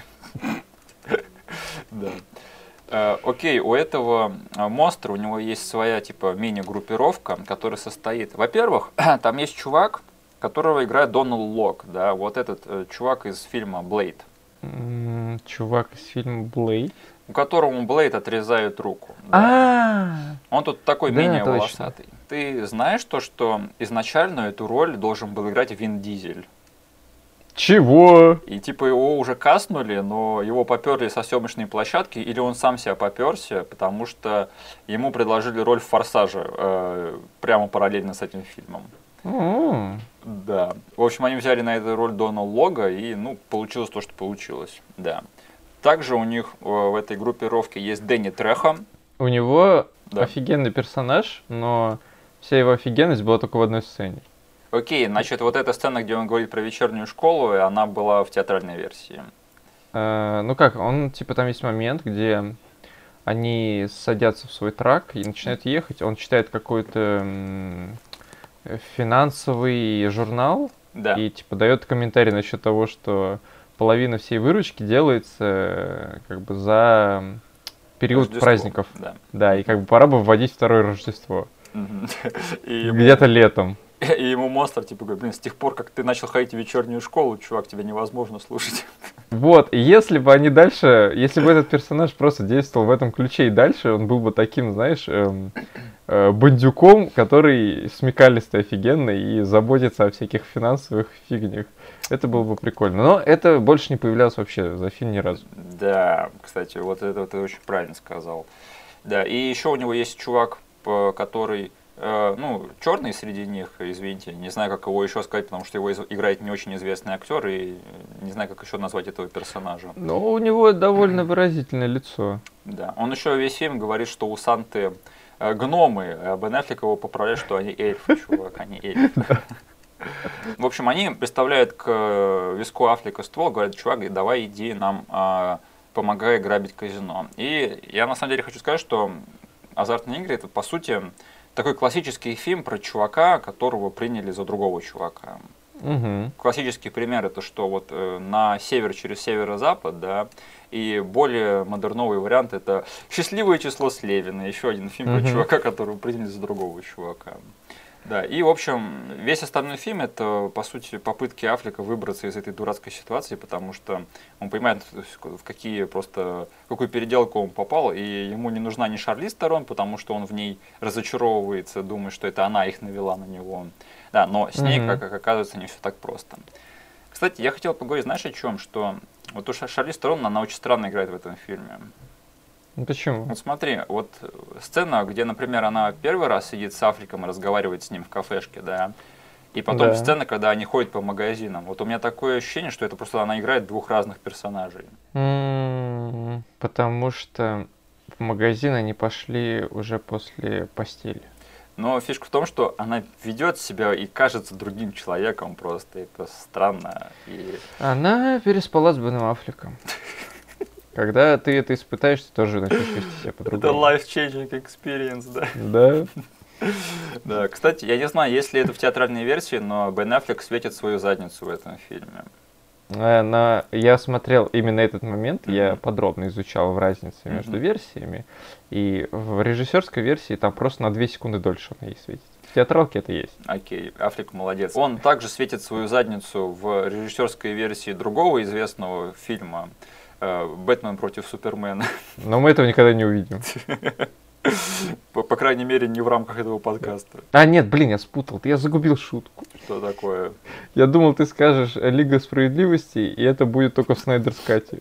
Да. Э, Окей, у этого э, монстра, у него есть своя типа мини-группировка, которая состоит... Во-первых, там есть чувак, которого играет Дональд Лок, да, вот этот э, чувак из фильма «Блейд», М, Чувак из фильма Блейд. у которого Блейд отрезает руку. да. А, Он тут такой Да, менее точно. волосатый. Ты знаешь то, что изначально эту роль должен был играть Вин Дизель? чего? И типа его уже каснули, но его поперли со съемочной площадки, или он сам себя поперся, потому что ему предложили роль в «Форсаже» э, прямо параллельно с этим фильмом. М, Да. В общем, они взяли на эту роль Дональда Лога, и, ну, получилось то, что получилось. Да. Также у них э, в этой группировке есть Дэнни Трехо. У него Да. офигенный персонаж, но вся его офигенность была только в одной сцене. Окей, значит, вот эта сцена, где он говорит про вечернюю школу, она была в театральной версии. Э, ну как, он, типа, там есть момент, где они садятся в свой трак и начинают ехать. Он читает какой-то м, э, финансовый журнал Да. и, типа, дает комментарий насчет того, что половина всей выручки делается э, как бы за период Рождество. праздников. Да. Да, и как бы пора бы вводить второе Рождество. Где-то летом. И ему монстр типа говорит, блин, с тех пор, как ты начал ходить в вечернюю школу, чувак, тебя невозможно слушать. Вот, и если бы они дальше, если бы этот персонаж просто действовал в этом ключе и дальше, он был бы таким, знаешь, эм, э, бандюком, который смекалистый офигенный и заботится о всяких финансовых фигнях. Это было бы прикольно. Но это больше не появлялось вообще за фильм ни разу. Да, кстати, вот это ты очень правильно сказал. Да, и еще у него есть чувак, который... Ну, черный среди них, извините, не знаю, как его еще сказать, потому что его играет не очень известный актер, и не знаю, как еще назвать этого персонажа. Ну, у него довольно выразительное лицо. Да, он еще весь фильм говорит, что у Санты гномы, а Бен Аффлек его поправляет, что они эльфы, чувак, они эльфы. В общем, они представляют к виску Аффлека ствол, говорят, чувак, давай иди нам, помогай грабить казино. И я на самом деле хочу сказать, что «Азартные игры» — это, по сути, такой классический фильм про чувака, которого приняли за другого чувака. Угу. Классический пример это что вот э, на север через северо-запад, да, и более модерновый вариант это «Счастливое число Слевина», еще один фильм угу. про чувака, которого приняли за другого чувака. Да, и, в общем, весь остальной фильм — это, по сути, попытки Аффлека выбраться из этой дурацкой ситуации, потому что он понимает, в какие просто, в какую переделку он попал, и ему не нужна ни Шарлиз Терон, потому что он в ней разочаровывается, думает, что это она их навела на него. Да, но с ней, Mm-hmm. как, как оказывается, не все так просто. Кстати, я хотел поговорить, знаешь, о чем? Что вот у Шарлиз Терон, она очень странно играет в этом фильме. Почему? Вот смотри, вот сцена, где, например, она первый раз сидит с Аффлеком и разговаривает с ним в кафешке, да, и потом да. сцена, когда они ходят по магазинам. Вот у меня такое ощущение, что это просто она играет двух разных персонажей. Mm-hmm. Потому что в магазин они пошли уже после постели. Но фишка в том, что она ведет себя и кажется другим человеком просто. Это странно. И... Она переспала с Беном Аффлеком. Когда ты это испытаешь, ты тоже начнешь вести себя по-другому. Это life-changing experience, да? Да. Да, кстати, я не знаю, есть ли это в театральной версии, но Бен Аффлек светит свою задницу в этом фильме. На... Я смотрел именно этот момент, mm-hmm. я подробно изучал разницу между mm-hmm. версиями. И в режиссерской версии там просто на две секунды дольше он ей светит. В театралке это есть. Окей, Аффлек молодец. Он также светит свою задницу в режиссерской версии другого известного фильма «Бэтмен против Супермена». Но мы этого никогда не увидим. По, по крайней мере, не в рамках этого подкаста. А, нет, блин, я спутал. Я загубил шутку. Что такое? Я думал, ты скажешь «Лига справедливости», и это будет только в Снайдерс Кате.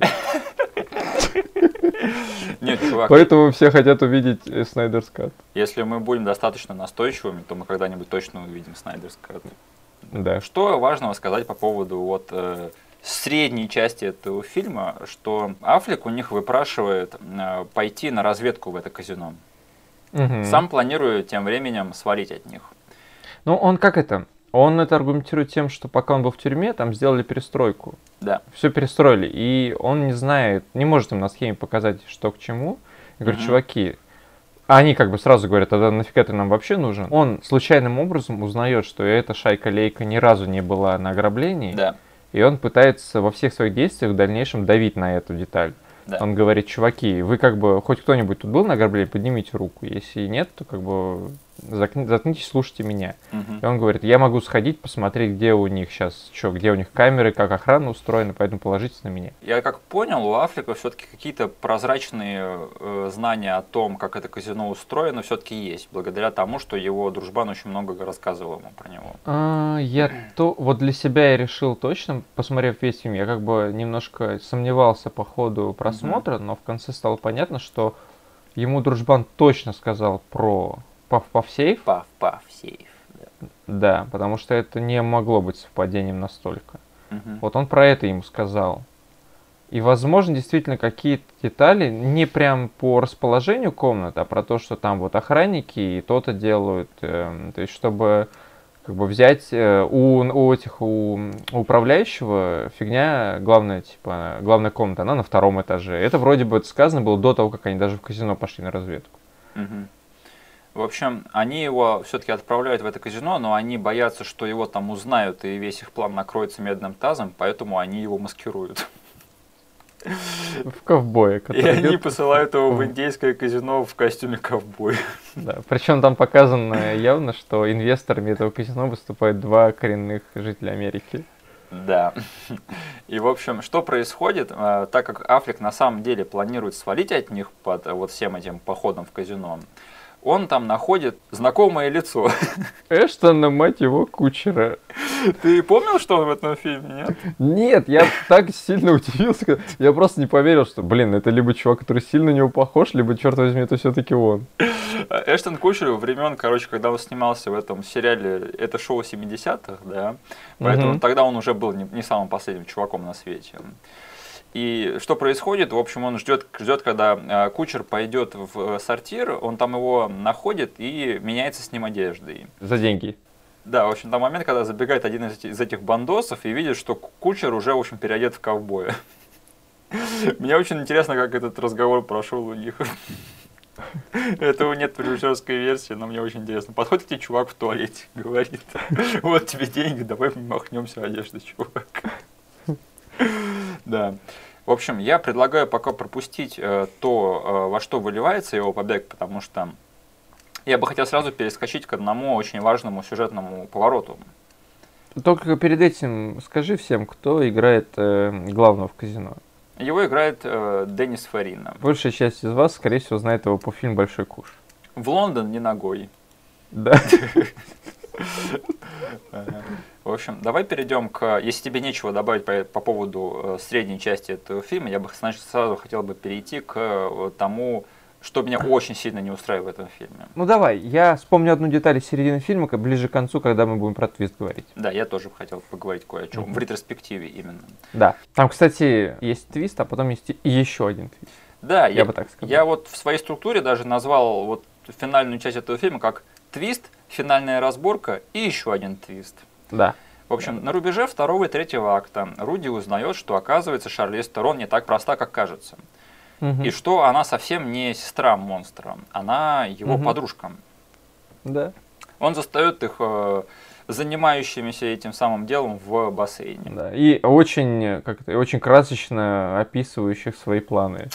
Нет, чувак. Поэтому все хотят увидеть Снайдерс Кат. Если мы будем достаточно настойчивыми, то мы когда-нибудь точно увидим Снайдерс Кат. Да. Что важного сказать по поводу вот... Э, средней части этого фильма, что Аффлек у них выпрашивает э, пойти на разведку в это казино. Угу. Сам планирует тем временем свалить от них. Ну, он как это? Он это аргументирует тем, что пока он был в тюрьме, там сделали перестройку. Да. Все перестроили. И он не знает, не может им на схеме показать, что к чему. Я говорю, угу. чуваки, а они как бы сразу говорят, тогда нафига ты нам вообще нужен? Он случайным образом узнает, что эта шайка-лейка ни разу не была на ограблении. Да. И он пытается во всех своих действиях в дальнейшем давить на эту деталь. Да. Он говорит, чуваки, вы как бы, хоть кто-нибудь тут был на ограблении, поднимите руку. Если нет, то как бы заткнитесь, слушайте меня. Угу. И он говорит, я могу сходить, посмотреть, где у них сейчас, что, где у них камеры, как охрана устроена, поэтому положитесь на меня. Я как понял, у Аффлека все-таки какие-то прозрачные э, знания о том, как это казино устроено, все-таки есть, благодаря тому, что его дружбан очень много рассказывал ему про него. А, я то, вот для себя я решил точно, посмотрев весь фильм, я как бы немножко сомневался по ходу просмотра, mm-hmm. но в конце стало понятно, что ему дружбан точно сказал про Паф-паф сейф. Паф-паф сейф. Да. да, потому что это не могло быть совпадением настолько. Mm-hmm. Вот он про это ему сказал. И, возможно, действительно какие-то детали, не прям по расположению комнат, а про то, что там вот охранники и то-то делают. Э, то есть, чтобы как бы взять э, у, у этих, у, у управляющего фигня, главная, типа, главная комната, она на втором этаже. Это вроде бы сказано было до того, как они даже в казино пошли на разведку. Mm-hmm. В общем, они его все-таки отправляют в это казино, но они боятся, что его там узнают, и весь их план накроется медным тазом, поэтому они его маскируют. В ковбоя. И они идет... посылают его в индейское казино в костюме ковбоя. Да, причем там показано явно, что инвесторами этого казино выступают два коренных жителя Америки. Да. И, в общем, что происходит, так как Аффлек на самом деле планирует свалить от них под вот всем этим походом в казино, он там находит знакомое лицо. Эштона, мать его, Кучера. Ты помнил, что он в этом фильме, нет? Нет, я так сильно удивился. Я просто не поверил, что, блин, это либо чувак, который сильно на него похож, либо, черт возьми, это все-таки он. Эштон Кутчер времен, короче, когда он снимался в этом сериале, это шоу семидесятых, да, поэтому угу. тогда он уже был не, не самым последним чуваком на свете. И что происходит? В общем, он ждет, ждет, когда Кучер пойдет в сортир, он там его находит и меняется с ним одеждой. За деньги. Да, в общем, там момент, когда забегает один из этих, из этих бандосов и видит, что Кучер уже, в общем, переодет в ковбоя. Мне очень интересно, как этот разговор прошел у них. Этого нет в режиссерской версии, но мне очень интересно. Подходит к тебе чувак в туалете, говорит: вот тебе деньги, давай махнемся одеждой, чувак. Да. В общем, я предлагаю пока пропустить э, то, э, во что выливается его побег, потому что я бы хотел сразу перескочить к одному очень важному сюжетному повороту. Только перед этим скажи всем, кто играет э, главного в казино. Его играет э, Деннис Фарина. Большая часть из вас, скорее всего, знает его по фильму «Большой куш». В Лондон не ногой. Да. В общем, давай перейдем к... Если тебе нечего добавить по, по поводу средней части этого фильма, я бы, значит, сразу хотел бы перейти к тому, что меня очень сильно не устраивает в этом фильме. Ну давай, я вспомню одну деталь из середины фильма, ближе к концу, когда мы будем про твист говорить. Да, я тоже хотел поговорить кое о чем, mm-hmm. в ретроспективе именно. Да, там, кстати, есть твист, а потом есть и еще один твист. Да, я, я бы так сказал. Я вот в своей структуре даже назвал вот финальную часть этого фильма как твист, финальная разборка и еще один твист. Да. В общем, на рубеже второго и третьего акта Руди узнает, что, оказывается, Шарлиз Терон не так проста, как кажется. Угу. И что она совсем не сестра монстра, она его угу. подружка. Да. Он застает их э, занимающимися этим самым делом в бассейне. Да. И очень, как-то, очень красочно описывающих свои планы.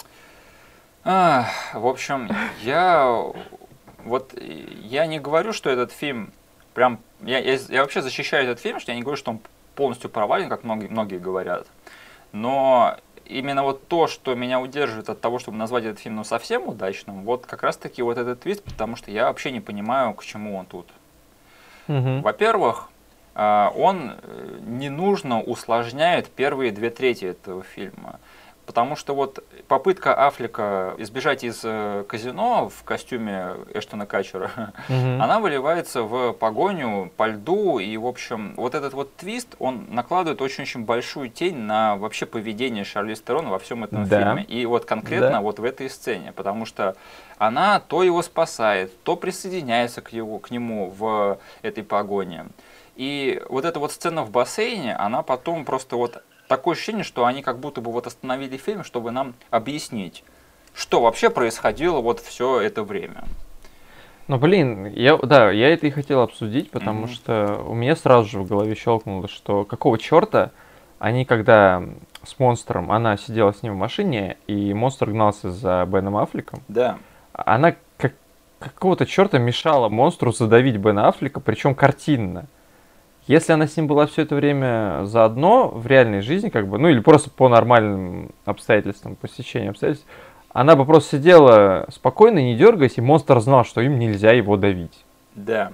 А, в общем, я, вот, я не говорю, что этот фильм прям... Я, я, я вообще защищаю этот фильм, что я не говорю, что он полностью провален, как многие, многие говорят. Но именно вот то, что меня удерживает от того, чтобы назвать этот фильм ну, совсем удачным, вот как раз-таки вот этот твист, потому что я вообще не понимаю, к чему он тут. Угу. Во-первых, он не нужно усложняет первые две трети этого фильма. Потому что вот попытка Аффлека избежать из э, казино в костюме Эштона Катчера, mm-hmm. она выливается в погоню по льду. И, в общем, вот этот вот твист, он накладывает очень-очень большую тень на вообще поведение Шарлиз Терон во всем этом да. фильме. И вот конкретно да. вот в этой сцене. Потому что она то его спасает, то присоединяется к, его, к нему в этой погоне. И вот эта вот сцена в бассейне, она потом просто вот... Такое ощущение, что они как будто бы вот остановили фильм, чтобы нам объяснить, что вообще происходило вот все это время. Ну, блин, я, да, я это и хотел обсудить, потому mm-hmm. что у меня сразу же в голове щелкнуло, что какого черта они, когда с монстром, она сидела с ним в машине, и монстр гнался за Беном Аффлеком, да. она как, какого-то черта мешала монстру задавить Бена Аффлека, причем картинно. Если она с ним была все это время заодно в реальной жизни, как бы, ну или просто по нормальным обстоятельствам, по стечению обстоятельств, она бы просто сидела спокойно, не дергаясь, и монстр знал, что им нельзя его давить. Да.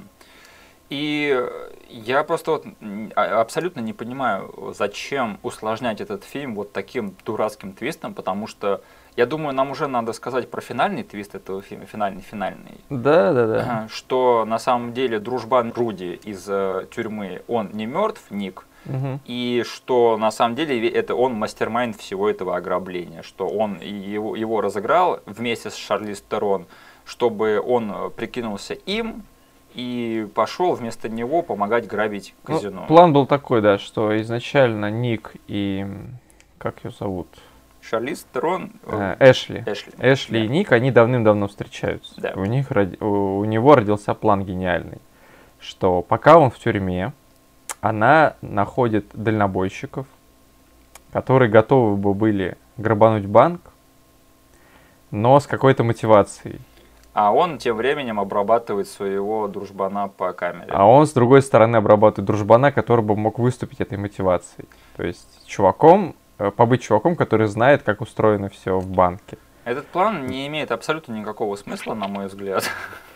И я просто вот абсолютно не понимаю, зачем усложнять этот фильм вот таким дурацким твистом, потому что я думаю, нам уже надо сказать про финальный твист этого фильма, финальный-финальный. Да, да, да. Что на самом деле дружбан Руди из э, тюрьмы, он не мертв, Ник, угу. и что на самом деле это он мастер-майнд всего этого ограбления, что он его, его разыграл вместе с Шарлиз Терон, чтобы он прикинулся им и пошел вместо него помогать грабить казино. Ну, план был такой, да, что изначально Ник и... как ее зовут? Шарлиз Терон, э, Эшли, Эшли, Эшли да. и Ник, они давным-давно встречаются. Да. У них у, у него родился план гениальный, что пока он в тюрьме, она находит дальнобойщиков, которые готовы бы были грабануть банк, но с какой-то мотивацией. А он тем временем обрабатывает своего дружбана по камере. А он, с другой стороны, обрабатывает дружбана, который бы мог выступить этой мотивацией. То есть чуваком, побыть чуваком, который знает, как устроено все в банке. Этот план не имеет абсолютно никакого смысла, на мой взгляд.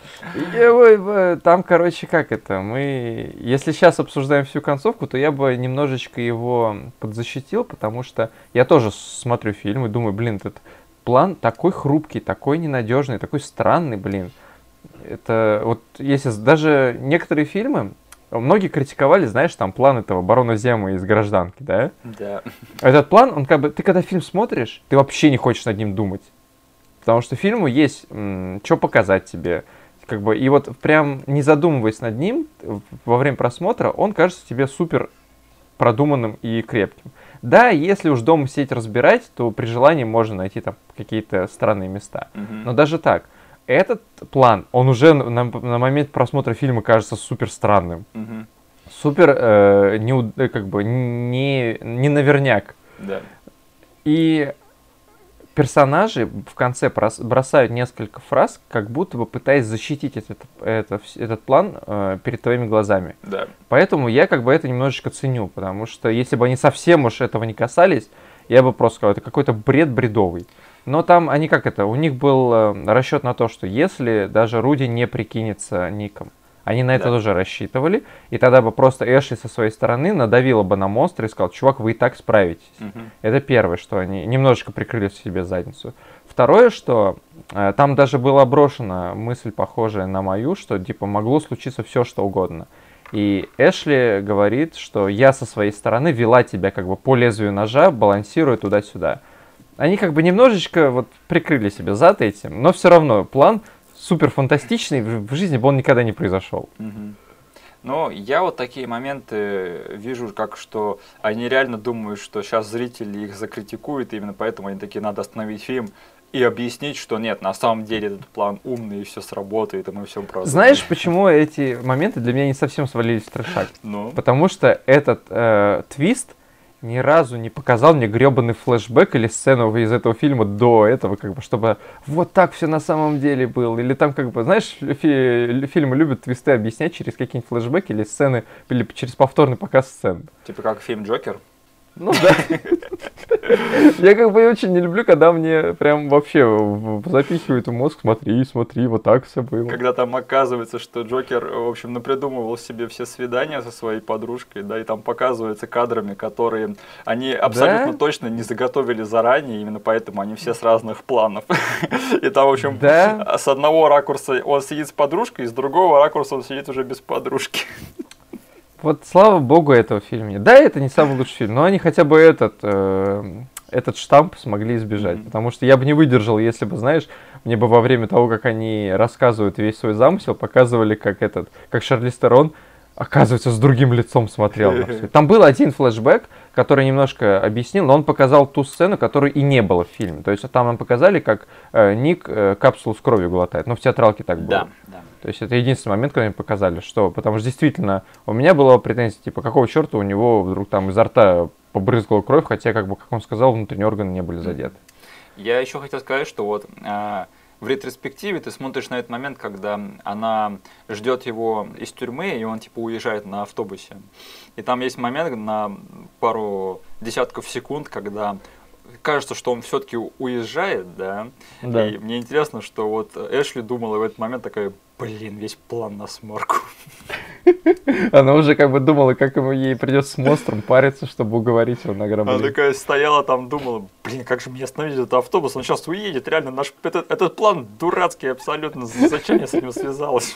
И, там, короче, как это, мы, если сейчас обсуждаем всю концовку, то я бы немножечко его подзащитил, потому что я тоже смотрю фильм и думаю, блин, этот план такой хрупкий, такой ненадежный, такой странный, блин. Это вот если даже некоторые фильмы, многие критиковали, знаешь, там план этого барона Зема из «Гражданки», да? Да. Этот план, он как бы, ты когда фильм смотришь, ты вообще не хочешь над ним думать. Потому что фильму есть м, что показать тебе. Как бы, и вот прям не задумываясь над ним, во время просмотра, он кажется тебе супер продуманным и крепким. Да, если уж дома сидеть разбирать, то при желании можно найти там какие-то странные места. Mm-hmm. Но даже так, этот план, он уже на, на момент просмотра фильма кажется супер странным. Mm-hmm. Супер, э, не, как бы, не, не наверняк. Да. И персонажи в конце бросают несколько фраз, как будто бы пытаясь защитить этот, этот, этот план э, перед твоими глазами. Да. Поэтому я как бы это немножечко ценю, потому что если бы они совсем уж этого не касались, я бы просто сказал, это какой-то бред бредовый. Но там они как это, у них был э, расчет на то, что если даже Руди не прикинется ником, они на это да. тоже рассчитывали, и тогда бы просто Эшли со своей стороны надавила бы на монстра и сказал, чувак, вы и так справитесь. Угу. Это первое, что они немножечко прикрыли себе задницу. Второе, что э, там даже была брошена мысль, похожая на мою, что типа могло случиться все, что угодно. И Эшли говорит, что я со своей стороны вела тебя как бы по лезвию ножа, балансируя туда-сюда. Они как бы немножечко вот прикрыли себе зад этим, но все равно план супер фантастичный, в жизни бы он никогда не произошел. Угу. Но я вот такие моменты вижу, как что они реально думают, что сейчас зрители их закритикуют, и именно поэтому они такие, надо остановить фильм и объяснить, что нет, на самом деле этот план умный, и все сработает, и мы все продумаем. Знаешь, почему эти моменты для меня не совсем свалились в трешак? Ну? Потому что этот э, твист ни разу не показал мне гребаный флешбэк или сцену из этого фильма до этого, как бы, чтобы вот так все на самом деле было. Или там, как бы, знаешь, фи- фильмы любят твисты объяснять через какие-нибудь флешбеки или сцены, или через повторный показ сцен. Типа как фильм «Джокер»? Ну да. Я как бы очень не люблю, когда мне прям вообще запихивают в мозг, смотри, смотри, вот так все было. Когда там оказывается, что Джокер, в общем, напридумывал себе все свидания со своей подружкой, да, и там показывается кадрами, которые они абсолютно да? точно не заготовили заранее, именно поэтому они все с разных планов. И там, в общем, да? с одного ракурса он сидит с подружкой, с другого ракурса он сидит уже без подружки. Вот слава богу этого фильма нет. Да, это не самый лучший фильм, но они хотя бы этот, э, этот штамп смогли избежать. Mm-hmm. Потому что я бы не выдержал, если бы, знаешь, мне бы во время того, как они рассказывают весь свой замысел, показывали, как этот, как Шарлиз Терон, оказывается, с другим лицом смотрел на все. Там был один флешбэк, который немножко объяснил, но он показал ту сцену, которой и не было в фильме. То есть там нам показали, как э, Ник э, капсулу с кровью глотает. Ну, в театралке так было. Да, да. То есть это единственный момент, когда они показали, что... Потому что действительно у меня была претензия, типа, какого черта у него вдруг там изо рта побрызгала кровь, хотя, как бы, как он сказал, внутренние органы не были задеты. Я еще хотел сказать, что вот э, в ретроспективе ты смотришь на этот момент, когда она ждет его из тюрьмы, и он, типа, уезжает на автобусе. И там есть момент на пару десятков секунд, когда кажется, что он все-таки уезжает, да? Да. И мне интересно, что вот Эшли думала в этот момент такая, блин, весь план на смарку. Она уже как бы думала, как ему ей придется с монстром париться, чтобы уговорить его на ограбление. Она такая стояла там, думала, блин, как же мне остановить этот автобус, он сейчас уедет, реально, наш, этот, этот план дурацкий абсолютно, зачем я с ним связалась?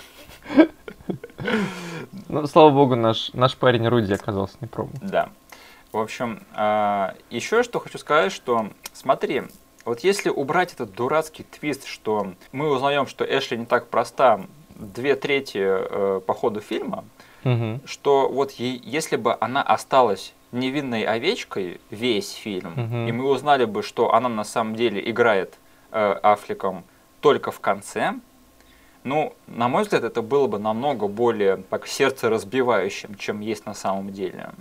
Ну, слава богу, наш, наш парень Руди оказался неправым. Да. В общем, еще что хочу сказать, что, смотри, вот если убрать этот дурацкий твист, что мы узнаем, что Эшли не так проста две трети э, по ходу фильма, угу. что вот ей, если бы она осталась невинной овечкой весь фильм, угу. и мы узнали бы, что она на самом деле играет э, Аффлеком только в конце, ну, на мой взгляд, это было бы намного более так сердцеразбивающим, чем есть на самом деле.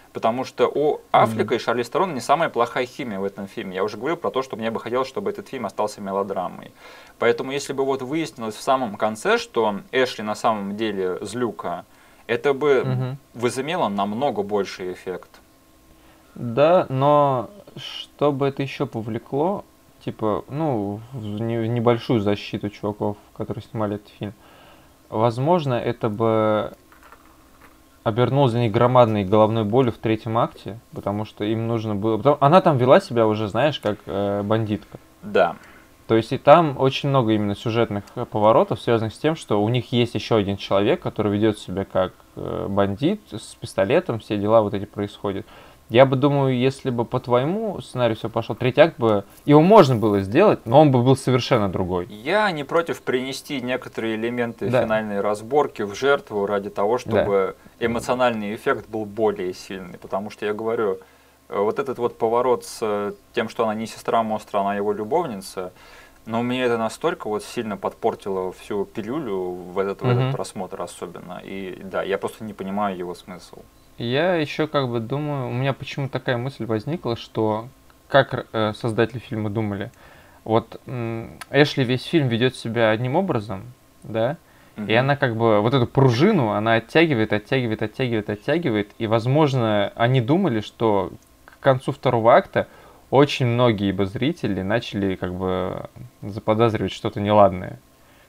Потому что у Аффлека mm-hmm. и Шарлиз Терон не самая плохая химия в этом фильме. Я уже говорил про то, что мне бы хотелось, чтобы этот фильм остался мелодрамой. Поэтому если бы вот выяснилось в самом конце, что Эшли на самом деле злюка, это бы mm-hmm. возымело намного больший эффект. Да, но чтобы это еще повлекло, типа, ну, в небольшую защиту чуваков, которые снимали этот фильм, возможно, это бы обернулась за ней громадной головной болью в третьем акте, потому что им нужно было... Потому... Она там вела себя уже, знаешь, как э, бандитка. Да. То есть и там очень много именно сюжетных поворотов, связанных с тем, что у них есть еще один человек, который ведет себя как э, бандит, с пистолетом, все дела вот эти происходят. Я бы думаю, если бы по твоему сценарию все пошло, третий акт бы... Его можно было сделать, но он бы был совершенно другой. Я не против принести некоторые элементы да. финальной разборки в жертву ради того, чтобы да. эмоциональный эффект был более сильный. Потому что я говорю, вот этот вот поворот с тем, что она не сестра монстра, она его любовница, но мне это настолько вот сильно подпортило всю пилюлю в этот, mm-hmm. в этот просмотр особенно. И да, я просто не понимаю его смысл. Я еще как бы думаю, у меня почему-то такая мысль возникла, что как э, создатели фильма думали, вот м, Эшли весь фильм ведет себя одним образом, да, mm-hmm. и она как бы вот эту пружину, она оттягивает, оттягивает, оттягивает, оттягивает, и, возможно, они думали, что к концу второго акта очень многие бы зрители начали как бы заподозривать что-то неладное.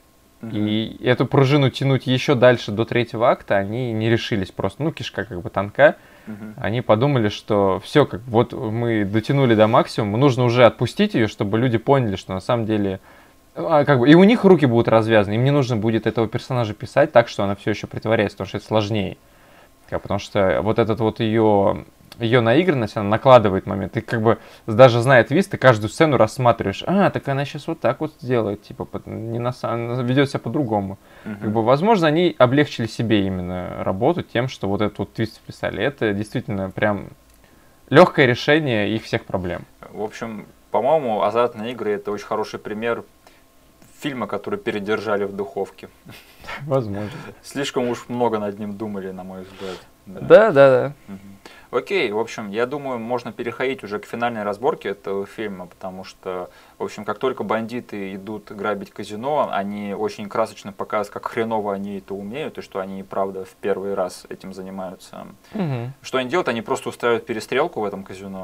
И эту пружину тянуть еще дальше до третьего акта они не решились просто. Ну, кишка как бы тонка. Uh-huh. Они подумали, что все, как вот мы дотянули до максимума, нужно уже отпустить ее, чтобы люди поняли, что на самом деле... А, как бы, и у них руки будут развязаны, им не нужно будет этого персонажа писать так, что она все еще притворяется, потому что это сложнее. Потому что вот этот вот ее... ее наигранность, она накладывает момент. Ты как бы, даже зная твист, ты каждую сцену рассматриваешь. А, так она сейчас вот так вот сделает. Типа, не на самом... ведет себя по-другому. Uh-huh. Как бы, возможно, они облегчили себе именно работу тем, что вот этот вот твист вписали. Это действительно прям легкое решение их всех проблем. В общем, по-моему, «Азартные игры» — это очень хороший пример фильма, который передержали в духовке. Возможно. Слишком уж много над ним думали, на мой взгляд. Да, да, да. Угу. Окей, в общем, я думаю, можно переходить уже к финальной разборке этого фильма, потому что, в общем, как только бандиты идут грабить казино, они очень красочно показывают, как хреново они это умеют, и что они, правда, в первый раз этим занимаются. Угу. Что они делают? Они просто устраивают перестрелку в этом казино,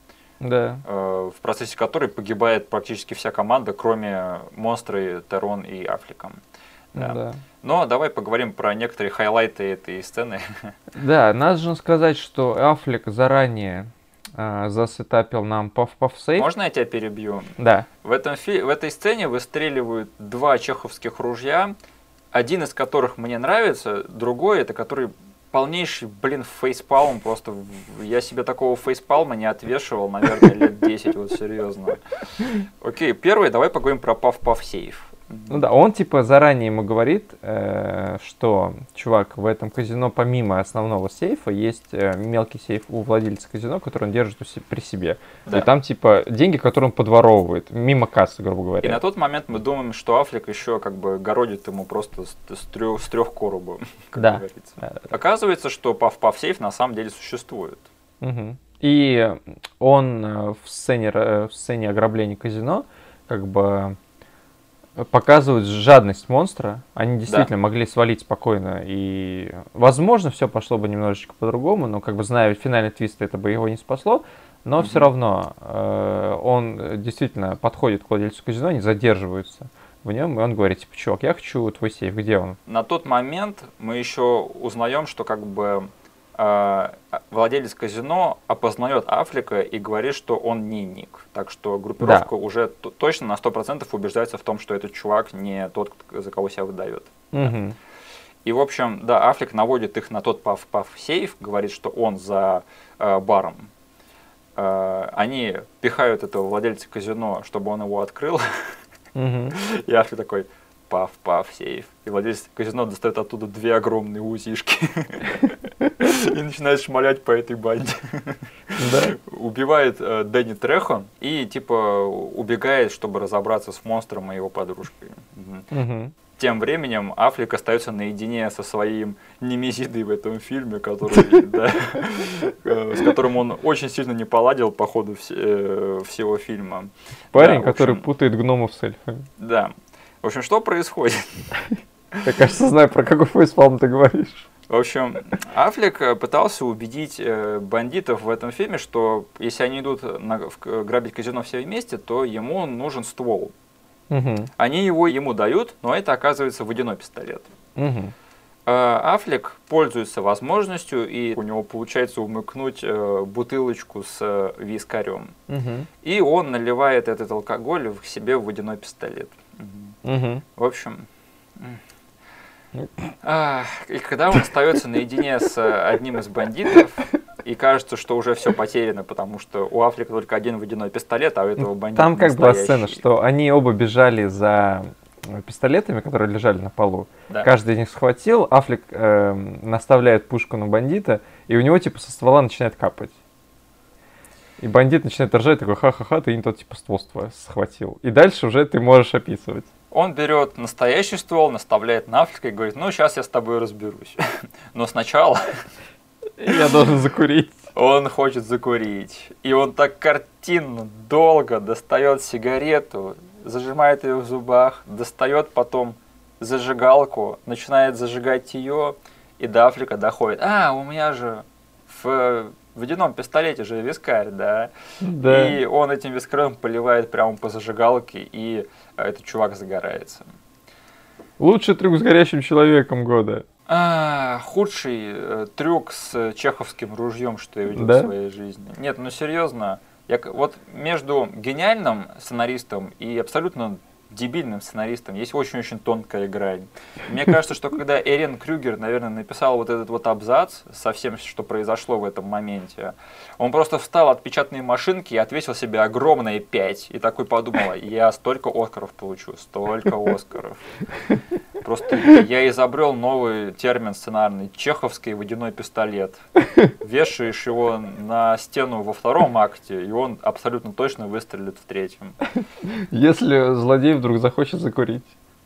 да. э, в процессе которой погибает практически вся команда, кроме монстра, Терон и Аффлека. Да. Да. Но давай поговорим про некоторые хайлайты этой сцены. Да, нужно сказать, что Аффлек заранее э, засетапил нам паф-паф-сейф. Можно я тебя перебью? Да. В, этом фи- в этой сцене выстреливают два чеховских ружья, один из которых мне нравится, другой, это который полнейший, блин, фейспалм. Просто я себе такого фейспалма не отвешивал, наверное, лет десять, вот серьезно. Окей, первый, давай поговорим про паф-паф-сейф. Ну да, он типа заранее ему говорит, э, что, чувак, в этом казино помимо основного сейфа есть э, мелкий сейф у владельца казино, который он держит у се- при себе. Да. И там типа деньги, которые он подворовывает, мимо кассы, грубо говоря. И на тот момент мы думаем, что Аффлек еще как бы городит ему просто с, с, трех, с трех коробов, как да. говорится. Да, да, да. Оказывается, что паф-паф-сейф на самом деле существует. Угу. И он э, в сцене, э, в сцене ограбления казино как бы... показывают жадность монстра. Они действительно да. могли свалить спокойно. И, возможно, все пошло бы немножечко по-другому, но, как бы, зная финальный твист, это бы его не спасло. Но mm-hmm. все равно э, он действительно подходит к владельцу казино, они задерживаются в нем, и он говорит, типа, чувак, я хочу твой сейф, где он? На тот момент мы еще узнаем, что, как бы, э, владелец казино опознает Аффлека и говорит, что он не Ник. Так что группировка да. уже т- точно на сто процентов убеждается в том, что этот чувак не тот, за кого себя выдает. Угу. Да. И, в общем, да, Аффлек наводит их на тот паф-паф-сейф, говорит, что он за э, баром. Э, они пихают этого владельца казино, чтобы он его открыл. Угу. И Аффлек такой... паф-паф-сейф. И владелец казино достает оттуда две огромные узишки и начинает шмалять по этой банде. Да. убивает э, Дэнни Трехо и типа убегает, чтобы разобраться с монстром и его подружкой. Угу. Тем временем Аффлек остается наедине со своим немезидой в этом фильме, который, да, э, с которым он очень сильно не поладил по ходу вс- э, всего фильма. Парень, Да, в который общем, путает гномов с эльфами. Да. В общем, что происходит? Я, кажется, знаю, про какой фейспалм ты говоришь. В общем, Аффлек э, пытался убедить э, бандитов в этом фильме, что если они идут на, в, к- грабить казино все вместе, то ему нужен ствол. Угу. Они его ему дают, но это оказывается водяной пистолет. Угу. Э, Аффлек пользуется возможностью, и у него получается умыкнуть э, бутылочку с э, вискарем. Угу. И он наливает этот алкоголь в себе в водяной пистолет. Угу. В общем... А, и когда он остается наедине с э, одним из бандитов, и кажется, что уже все потеряно, потому что у Аффлека только один водяной пистолет, а у этого бандита Там как была настоящий. сцена, что они оба бежали за пистолетами, которые лежали на полу. Да. Каждый из них схватил, Аффлек э, наставляет пушку на бандита, и у него типа со ствола начинает капать. И бандит начинает ржать, такой, ха-ха-ха, ты не тот типа ствол ствол схватил. И дальше уже ты можешь описывать. Он берет настоящий ствол, наставляет на Аффлека и говорит, ну, сейчас я с тобой разберусь. Но сначала Я должен закурить. он хочет закурить. И он так картинно, долго достает сигарету, зажимает ее в зубах, достает потом зажигалку, начинает зажигать ее, и до Аффлека доходит. А, у меня же в водяном пистолете же вискарь, да? Да. И он этим вискарем поливает прямо по зажигалке, и этот чувак загорается. Лучший трюк с горящим человеком года. А, худший э, трюк с чеховским ружьем, что я видел Да? в своей жизни. Нет, ну серьезно, я, к- вот между гениальным сценаристом и абсолютно дебильным сценаристом есть очень-очень тонкая грань. Мне кажется, что когда Эрен Крюгер, наверное, написал вот этот вот абзац со всем, что произошло в этом моменте, он просто встал от печатной машинки и отвесил себе огромное пять. И такой подумал, я столько Оскаров получу, столько Оскаров. Просто я изобрел новый термин сценарный – чеховский водяной пистолет. Вешаешь его на стену во втором акте, и он абсолютно точно выстрелит в третьем. Если злодей вдруг захочет закурить.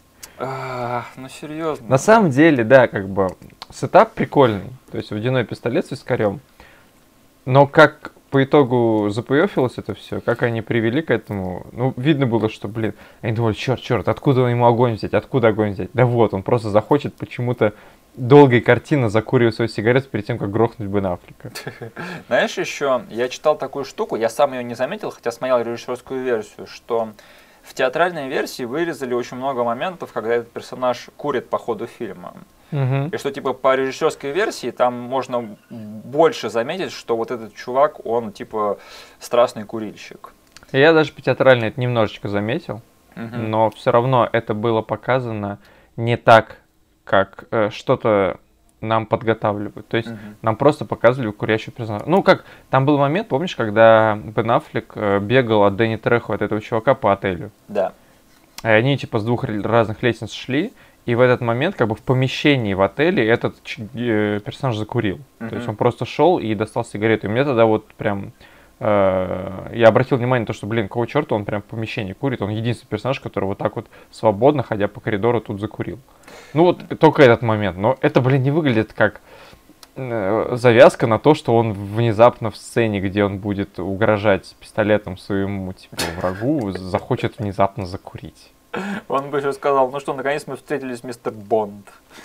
А, ну серьезно. На самом деле, да, как бы сетап прикольный. То есть водяной пистолет с вискарем. Но как по итогу запоёфилось это все, как они привели к этому, ну, видно было, что, блин, они думали, черт, черт, откуда ему огонь взять, откуда огонь взять? Да вот, он просто захочет почему-то долгой картины закуривать свою сигарету перед тем, как грохнуть Бен Аффлека. Знаешь, еще я читал такую штуку, я сам ее не заметил, хотя смотрел режиссерскую версию, что в театральной версии вырезали очень много моментов, когда этот персонаж курит по ходу фильма. Угу. И что типа по режиссерской версии там можно больше заметить, что вот этот чувак, он типа страстный курильщик. Я даже по театральной это немножечко заметил, Мгм. но все равно это было показано не так, как э, что-то нам подготавливают. То есть Мгм. нам просто показывали курящего персонажа. Ну, как, там был момент, помнишь, когда Бен Аффлек э, бегал от Дэнни Трехо, от этого чувака по отелю. Да. И они типа с двух р- разных лестниц шли, и в этот момент как бы в помещении в отеле этот ч- э, персонаж закурил. То есть Мгм. он просто шел и достал сигарету. И мне тогда вот прям... э, я обратил внимание на то, что, блин, какого черта он прям в помещении курит. Он единственный персонаж, который вот так вот свободно, ходя по коридору, тут закурил. Ну вот только этот момент. Но это, блин, не выглядит как э, завязка на то, что он внезапно в сцене, где он будет угрожать пистолетом своему типа врагу, захочет внезапно закурить. Он бы еще сказал, ну что, наконец мы встретились, мистер Бонд.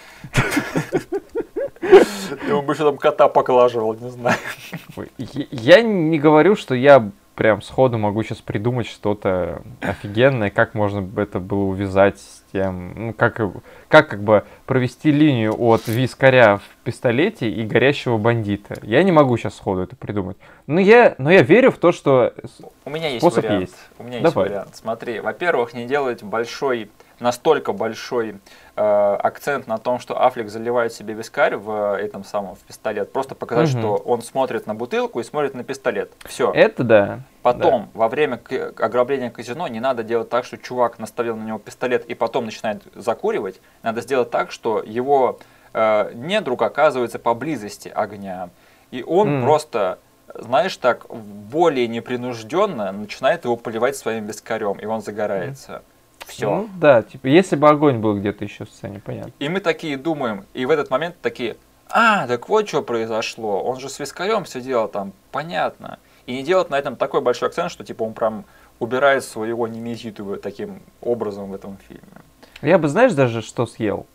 И он бы еще там кота поглаживал, не знаю. Ой, я- Я не говорю, что я прям сходу могу сейчас придумать что-то офигенное, как можно бы это было увязать с тем, ну, как, и- как как бы провести линию от вискаря в пистолете и горящего бандита. Я не могу сейчас сходу это придумать. Но я, но я верю в то, что... с- У меня есть Способ вариант. есть. У меня есть Давай. вариант. Смотри, во-первых, не делать большой, настолько большой э, акцент на том, что Аффлек заливает себе вискарь в этом самом в пистолет. Просто показать, Мгм. что он смотрит на бутылку и смотрит на пистолет. Все. Это да. Потом, во время к- ограбления казино, не надо делать так, что чувак наставил на него пистолет и потом начинает закуривать. Надо сделать так, что его э, недруг оказывается поблизости огня. И он М. просто знаешь, так более непринужденно начинает его поливать своим вискарем, и он загорается. Все. Ну да, типа, если бы огонь был где-то еще в сцене, понятно. И мы такие думаем, и в этот момент такие, а, так вот что произошло, он же с вискарем все делал там, понятно. И не делать на этом такой большой акцент, что типа он прям убирает своего немезиду таким образом в этом фильме. Я бы, знаешь, даже что съел?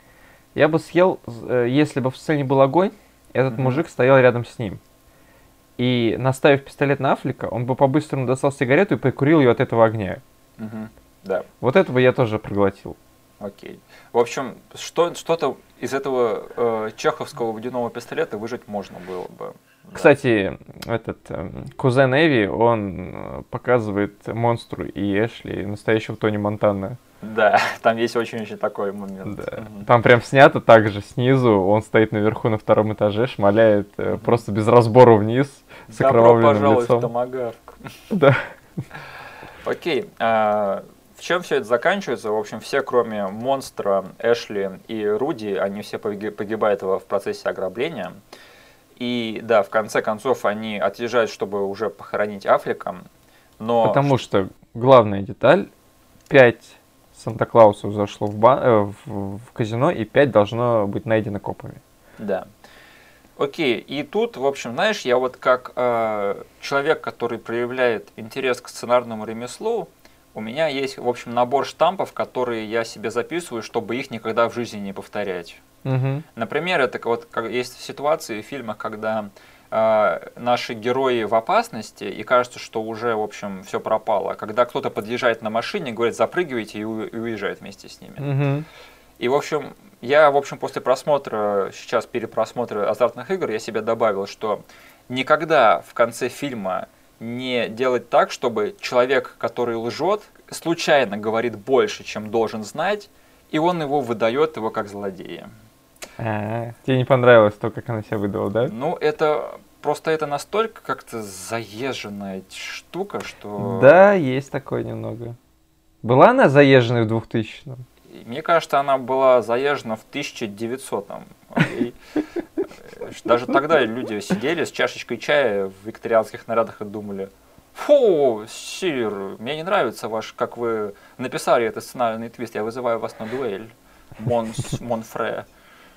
Я бы съел, э, если бы в сцене был огонь, этот Мгм. мужик стоял рядом с ним. И, наставив пистолет на Аффлека, он бы по-быстрому достал сигарету и прикурил ее от этого огня. Мгм. Да, Вот этого я тоже проглотил. окей. В общем, что, что-то из этого э, чеховского водяного пистолета выжать можно было бы. Да. Кстати, этот эм, кузен Эви, он э, показывает монстру и Эшли настоящего Тони Монтана. Да, там есть очень-очень такой момент. Да. Мгм. Там прям снято так же снизу, он стоит наверху на втором этаже, шмаляет э, Мгм. просто без разбора вниз с Добро окровавленным пожаловать в лицом. Томагавк. Да. Окей. а, В чем все это заканчивается? В общем, все, кроме монстра, Эшли и Руди, они все погиб- погибают в процессе ограбления. И да, в конце концов они отъезжают, чтобы уже похоронить Аффлека. Но Потому что главная деталь, пять Санта-Клаусов зашло в, ба- э, в, в казино, и пять должно быть найдено копами. да. Окей, и тут, в общем, знаешь, я вот как э, человек, который проявляет интерес к сценарному ремеслу, у меня есть, в общем, набор штампов, которые я себе записываю, чтобы их никогда в жизни не повторять. Мгм. Например, это вот как есть ситуации в фильмах, когда э, наши герои в опасности, и кажется, что уже, в общем, все пропало. Когда кто-то подъезжает на машине, говорит, запрыгивайте, и, у- и уезжает вместе с ними. Мгм. И, в общем, я, в общем, после просмотра, сейчас перепросмотра «Азартных игр», я себе добавил, что никогда в конце фильма не делать так, чтобы человек, который лжет, случайно говорит больше, чем должен знать, и он его выдает его как злодея. А, тебе не понравилось то, как она себя выдала, да? Ну, это просто это настолько как-то заезженная штука, что... Да, есть такое немного. Была она заезженной в двухтысячном? И мне кажется, она была заезжена в тысяча девятисотом. окей? Даже тогда люди сидели с чашечкой чая в викторианских нарядах и думали, фу, сир, мне не нравится ваш, как вы написали этот сценарный твист, я вызываю вас на дуэль, Монс, Монфре.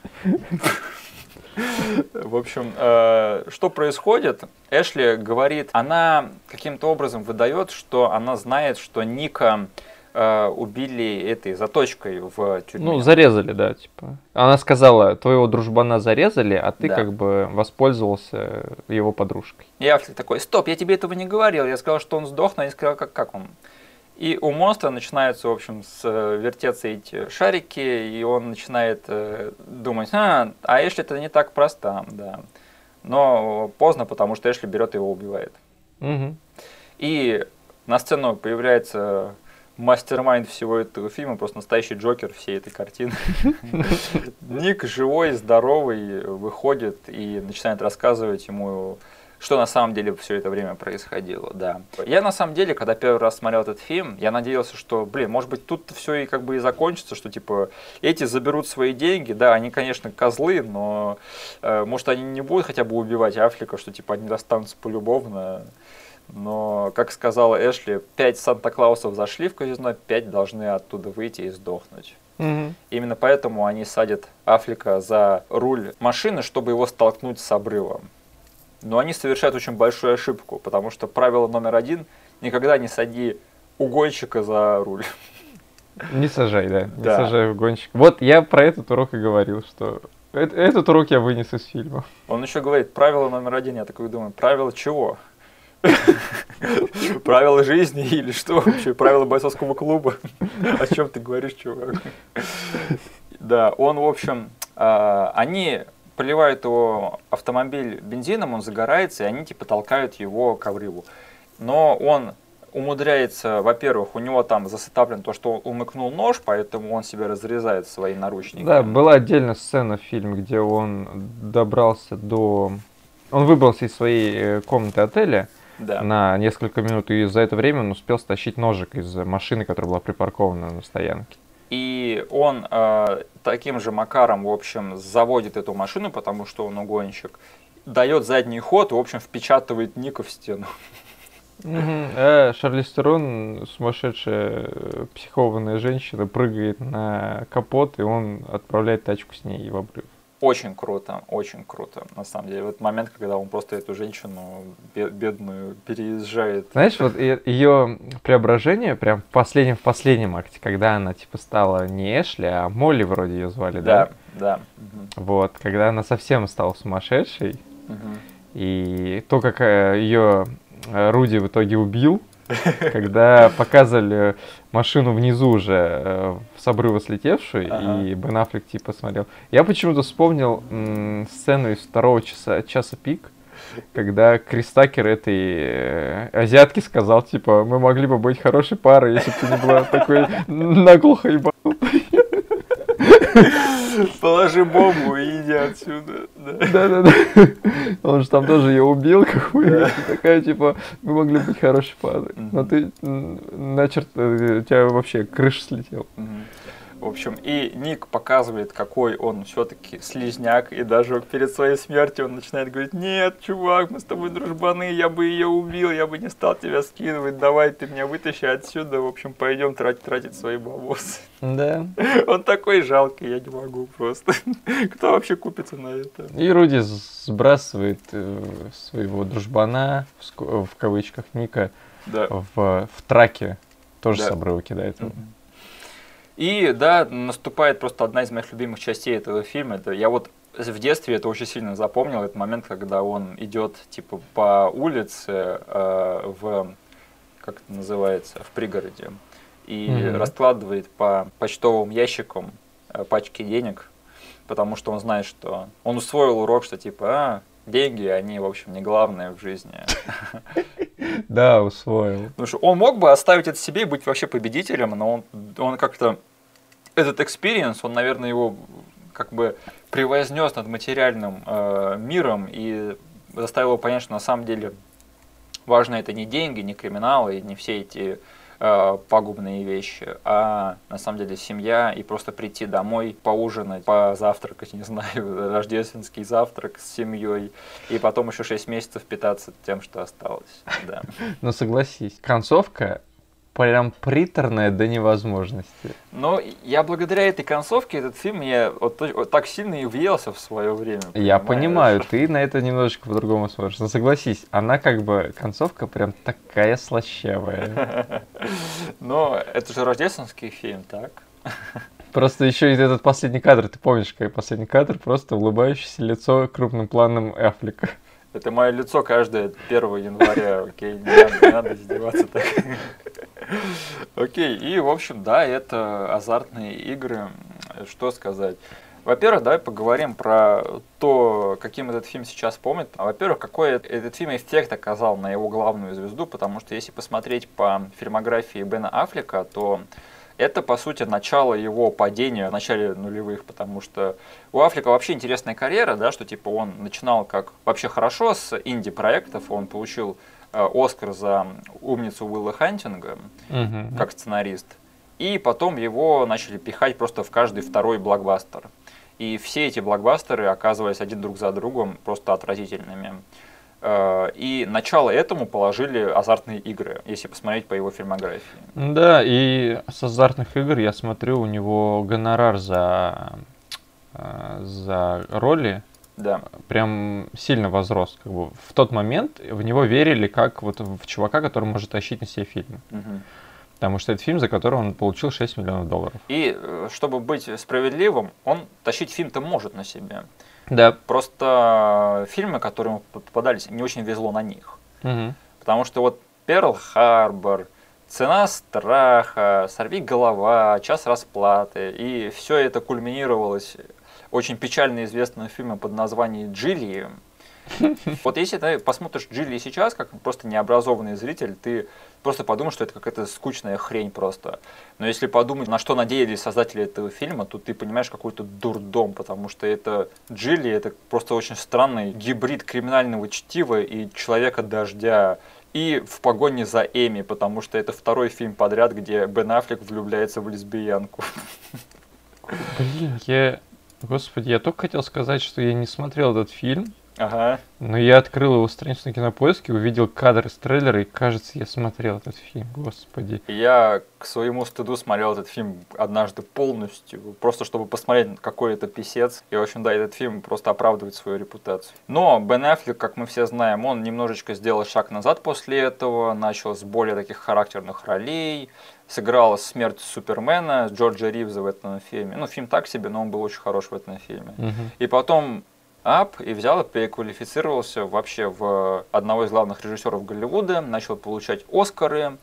В общем, э, что происходит? Эшли говорит, она каким-то образом выдает, что она знает, что Ника э, убили этой заточкой в тюрьме. Ну, зарезали, да, типа. Она сказала, твоего дружбана зарезали, а ты Да. как бы воспользовался его подружкой. И Аффлек такой, стоп, я тебе этого не говорил, я сказал, что он сдох, но я не сказал, как, как он. И у монстра начинаются, в общем, с, э, вертеться эти шарики, и он начинает э, думать, а, а Эшли это не так просто, да. Но поздно, потому что Эшли берет и его убивает. Мгм. И на сцену появляется мастер-майнд всего этого фильма, просто настоящий Джокер всей этой картины. Ник живой, здоровый, выходит и начинает рассказывать ему, что на самом деле все это время происходило, да. Я на самом деле, когда первый раз смотрел этот фильм, я надеялся, что, блин, может быть, тут все и как бы и закончится, что типа эти заберут свои деньги, да, они, конечно, козлы, но э, может они не будут хотя бы убивать Аффлека, что типа они расстанутся полюбовно. Но, как сказала Эшли, пять Санта-Клаусов зашли в казино, пять должны оттуда выйти и сдохнуть. Мгм. Именно поэтому они садят Аффлека за руль машины, чтобы его столкнуть с обрывом. Но они совершают очень большую ошибку, потому что правило номер один – никогда не сади угонщика за руль. Не сажай, да, не Да. сажай в гонщик. Вот я про этот урок и говорил, что э- этот урок я вынес из фильма. Он еще говорит, правило номер один, я такой думаю, правило чего? Правила жизни или что вообще? Правила бойцовского клуба? О чем ты говоришь, чувак? Да, он, в общем, а, они поливают его автомобиль бензином, он загорается, и они типа толкают его к обрыву. Но он умудряется, во-первых, у него там засетаплен то, что он умыкнул нож, поэтому он себе разрезает свои наручники. Да, была отдельная сцена в фильме, где он добрался до... Он выбрался из своей э, комнаты отеля Да. на несколько минут, и за это время он успел стащить ножик из машины, которая была припаркована на стоянке. И он э, таким же макаром, в общем, заводит эту машину, потому что он угонщик. дает задний ход и, в общем, впечатывает Ника в стену. Угу. А Шарлиз Терон, сумасшедшая психованная женщина, прыгает на капот, и он отправляет тачку с ней в обрыв. Очень круто, очень круто, на самом деле. В этот момент, когда он просто эту женщину бедную переезжает. Знаешь, вот ее преображение прям в последнем, в последнем акте, когда она типа стала не Эшли, а Молли вроде ее звали, да? Да, да. Вот, когда она совсем стала сумасшедшей, угу. И то, как ее Руди в итоге убил, когда показывали машину внизу уже с обрыва слетевшую, ага. и Бен Аффлек типа смотрел. Я почему-то вспомнил м, сцену из второго часа, часа пик, когда Крис Такер этой э, азиатке сказал, типа, мы могли бы быть хорошей парой, если бы ты не была такой наглухо ебанутой. Положи бомбу и иди отсюда. Да-да-да. Он же там тоже ее убил, как бы. Такая, типа, мы могли быть хорошей парой. Но ты, начерт, у тебя вообще крыша слетела. В общем, и Ник показывает, какой он все-таки слизняк, и даже перед своей смертью он начинает говорить: нет, чувак, мы с тобой дружбаны, я бы ее убил, я бы не стал тебя скидывать, давай ты меня вытащи отсюда, в общем, пойдем тратить, тратить свои бабосы. Да. Он такой жалкий, я не могу просто. Кто вообще купится на это? И Руди сбрасывает э, своего дружбана, в, в кавычках, Ника, да. в, в траке, тоже да. с обрыва кидает. Mm-hmm. И да, наступает просто одна из моих любимых частей этого фильма. Это я вот в детстве это очень сильно запомнил, этот момент, когда он идет типа по улице э, в, как это называется, в пригороде, и mm-hmm. раскладывает по почтовым ящикам э, пачки денег, потому что он знает, что он усвоил урок, что типа, а, деньги, они, в общем, не главное в жизни. Да, усвоил. Потому что он мог бы оставить это себе и быть вообще победителем, но он, он как-то этот экспириенс, он, наверное, его как бы превознес над материальным э, миром и заставил его понять, что на самом деле важно это не деньги, не криминал и не все эти э, пагубные вещи, а на самом деле семья и просто прийти домой, поужинать, позавтракать, не знаю, рождественский завтрак с семьей и потом еще шесть месяцев питаться тем, что осталось. Да. Но согласись, концовка прям приторная до невозможности. Но я благодаря этой концовке этот фильм мне вот, вот так сильно и въелся в свое время. Я понимаю, ты на это немножечко по-другому смотришь. Но согласись, она как бы, концовка прям такая слащавая. Но это же рождественский фильм, так? Просто еще и этот последний кадр, ты помнишь, как последний кадр, просто улыбающееся лицо крупным планом Аффлека. Это мое лицо каждое первого января, окей, не надо, не надо издеваться так. Окей, и в общем, да, это азартные игры, что сказать. Во-первых, давай поговорим про то, каким этот фильм сейчас помнит. Во-первых, какой этот фильм эффект оказал на его главную звезду, потому что если посмотреть по фильмографии Бена Аффлека, то это, по сути, начало его падения в начале нулевых, потому что у Аффлека вообще интересная карьера, да, что типа он начинал как вообще хорошо с инди-проектов, он получил э, Оскар за «Умницу Уилла Хантинга» mm-hmm. как сценарист, и потом его начали пихать просто в каждый второй блокбастер. И все эти блокбастеры оказывались один друг за другом просто отвратительными. И начало этому положили азартные игры, если посмотреть по его фильмографии. Да, и с азартных игр я смотрю, у него гонорар за, за роли да. прям сильно возрос. Как бы в тот момент в него верили как вот в чувака, который может тащить на себе фильмы. Угу. Потому что это фильм, за который он получил шесть миллионов долларов. И чтобы быть справедливым, он тащить фильм-то может на себе. Да. Просто фильмы, которые ему попадались, не очень везло на них. Угу. Потому что вот «Перл-Харбор», «Цена страха», «Сорви голова», «Час расплаты», и все это кульминировалось очень печально известным фильмом под названием «Джилли». Вот если ты посмотришь «Джилли» сейчас, как просто необразованный зритель, ты просто подумаешь, что это какая-то скучная хрень просто. Но если подумать, на что надеялись создатели этого фильма, то ты понимаешь какой-то дурдом, потому что это «Джилли» — это просто очень странный гибрид криминального чтива и «Человека-дождя», и «В погоне за Эми», потому что это второй фильм подряд, где Бен Аффлек влюбляется в лесбиянку. Блин, я... Господи, я только хотел сказать, что я не смотрел этот фильм. Ага. Но я открыл его страницу на Кинопоиске, увидел кадр из трейлера, и, кажется, я смотрел этот фильм, господи. Я к своему стыду смотрел этот фильм однажды полностью, просто чтобы посмотреть, какой это писец. И, в общем, да, этот фильм просто оправдывает свою репутацию. Но Бен Аффлек, как мы все знаем, он немножечко сделал шаг назад после этого, начал с более таких характерных ролей, сыграл смерть Супермена Джорджа Ривза в этом фильме. Ну, фильм так себе, но он был очень хорош в этом фильме. Угу. И потом ап и взял и переквалифицировался вообще в одного из главных режиссеров Голливуда, начал получать Оскары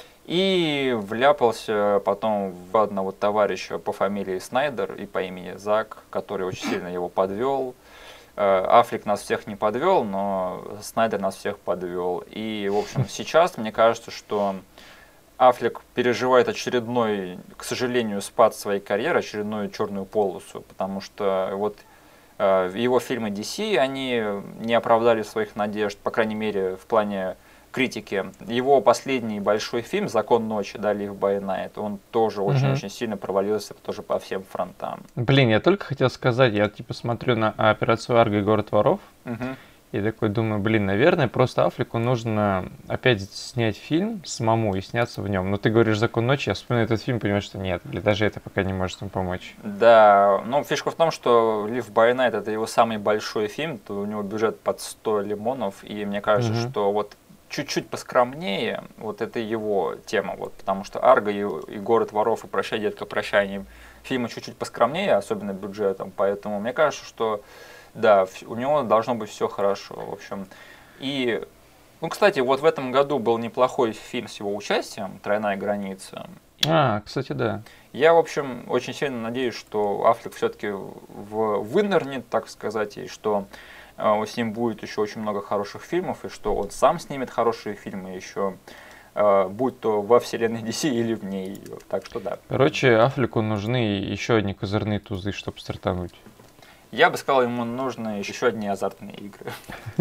и вляпался потом в одного товарища по фамилии Снайдер и по имени Зак, который очень сильно его подвел. Аффлек нас всех не подвел, но Снайдер нас всех подвел. И, в общем, сейчас мне кажется, что Аффлек переживает очередной, к сожалению, спад своей карьеры, очередную черную полосу, потому что вот его фильмы ди си, они не оправдали своих надежд, по крайней мере, в плане критики. Его последний большой фильм «Закон ночи», да, Live by Night, он тоже очень-очень Угу. сильно провалился тоже по всем фронтам. Блин, я только хотел сказать, я типа смотрю на «Операцию Арго» и «Город воров», Угу. и такой думаю, блин, наверное, просто Аффлеку нужно опять снять фильм самому и сняться в нем. Но ты говоришь «Закон ночи», я вспоминаю этот фильм, понимаю, что нет, блин, даже это пока не может ему помочь. Да, но фишка в том, что Live by Night это его самый большой фильм, то у него бюджет под сто лимонов, и мне кажется, Угу. что вот чуть-чуть поскромнее, вот это его тема, вот, потому что «Арго» и, и «Город воров» и «Прощай, детка, прощай», они фильмы чуть-чуть поскромнее, особенно бюджетом, поэтому мне кажется, что да, у него должно быть все хорошо, в общем. И, ну, кстати, вот в этом году был неплохой фильм с его участием «Тройная граница». И А, кстати, да. я, в общем, очень сильно надеюсь, что Аффлек все-таки в, вынырнет, так сказать, и что э, с ним будет еще очень много хороших фильмов, и что он сам снимет хорошие фильмы еще, э, будь то во вселенной ди си или вне ее. Так что да. Короче, Аффлеку нужны еще одни козырные тузы, чтобы стартануть. Я бы сказал, ему нужны еще одни азартные игры.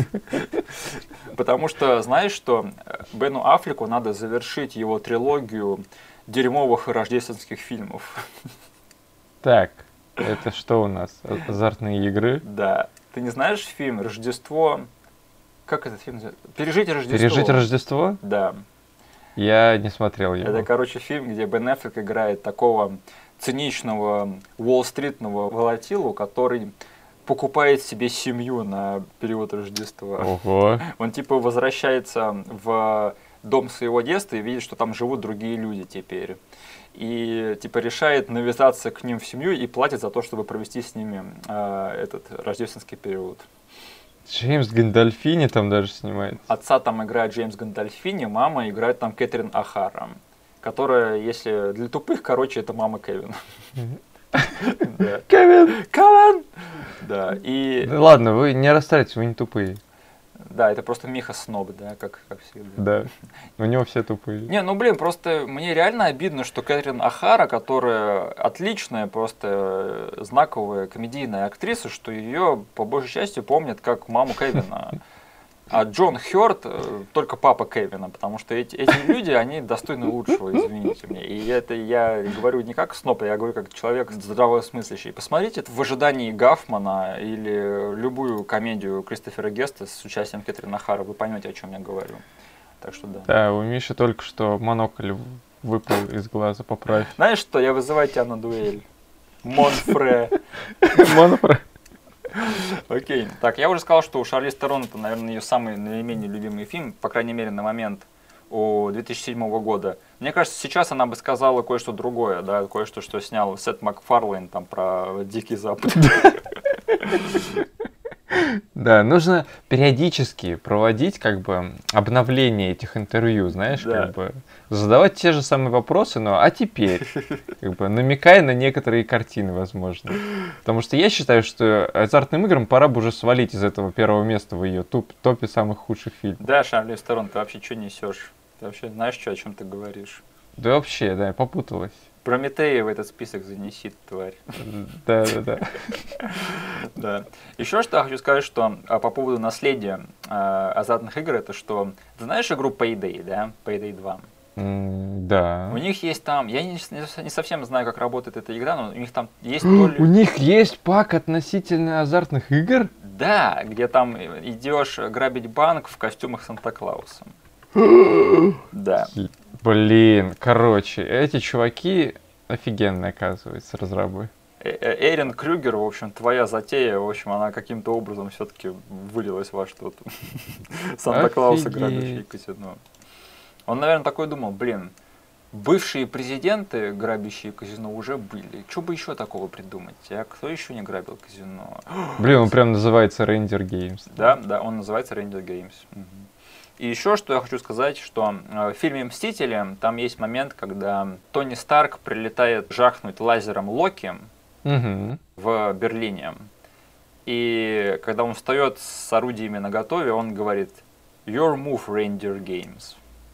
Потому что, знаешь что, Бену Аффлеку надо завершить его трилогию дерьмовых рождественских фильмов. Так, это что у нас? А- Азартные игры? Да. Ты не знаешь фильм «Рождество»? Как этот фильм называется? «Пережить Рождество». Пережить Рождество? Да. Я не смотрел его. Это, короче, фильм, где Бен Аффлек играет такого циничного уолл-стритного волатилу, который покупает себе семью на период Рождества. Ого. Он типа возвращается в дом своего детства и видит, что там живут другие люди теперь. И типа решает навязаться к ним в семью и платит за то, чтобы провести с ними э, этот рождественский период. Джеймс Гандольфини там даже снимается. Отца там играет Джеймс Гандольфини, мама играет там Кэтрин О'Хара, которая, если для тупых, короче, это мама Кевина. Кевин! Кевин! Да, и... Да ладно, вы не расстраивайтесь, вы не тупые. Да, это просто Миха Сноб, да, как, как всегда. Да, у него все тупые. Не, ну блин, просто мне реально обидно, что Кэтрин О'Хара, которая отличная, просто знаковая комедийная актриса, что ее по большей части помнят как маму Кевина. А Джон Хёрд только папа Кевина, потому что эти, эти люди, они достойны лучшего, извините меня. И это я говорю не как сноб, я говорю как человек здравомыслящий. Посмотрите «В ожидании Гафмана» или любую комедию Кристофера Геста с участием Кэтрин О'Хара, вы поймете, о чем я говорю. Так что да. Да, у Миши только что монокль выпал из глаза, поправь. Знаешь что, я вызываю тебя на дуэль. Монфре. Монофре. Окей. Так, я уже сказал, что у Шарлиз Терон это, наверное, ее самый наименее любимый фильм, по крайней мере, на момент у две тысячи седьмого года. Мне кажется, сейчас она бы сказала кое-что другое, да, кое-что, что снял Сет Макфарлейн там про Дикий Запад. Да, нужно периодически проводить как бы обновление этих интервью, знаешь, Да. как бы задавать те же самые вопросы, но а теперь, как бы намекая на некоторые картины, возможно. Потому что я считаю, что азартным играм пора бы уже свалить из этого первого места в ее топ- топе самых худших фильмов. Да, Шарлиз Терон, ты вообще что несешь? Ты вообще знаешь, что, о чем ты говоришь? Да вообще, да, попуталась. Прометея в этот список занеси, тварь. Да, да, да. Да. Еще что я хочу сказать, что а, по поводу наследия а, азартных игр, это что, ты знаешь игру Payday, да? Payday два. М, Да. У них есть там, я не, не- не совсем знаю, как работает эта игра, но у них там есть то У ли... них есть пак относительно азартных игр? Да, где там идешь грабить банк в костюмах Санта-Клауса. Да. Блин, короче, эти чуваки офигенные, оказывается, разрабы. Эрин Крюгер, в общем, твоя затея, в общем, она каким-то образом все-таки вылилась во что-то. Санта-Клауса, грабящий казино. Он, наверное, такой думал, блин, бывшие президенты, грабящие казино, уже были. Что бы еще такого придумать? А кто еще не грабил казино? Блин, он прям называется Reindeer Games. Да, да, он называется Reindeer Games. Угу. И еще что я хочу сказать, что в фильме «Мстители» там есть момент, когда Тони Старк прилетает жахнуть лазером Локи угу. в Берлине. И когда он встает с орудиями наготове, он говорит «Your move, Reindeer Games».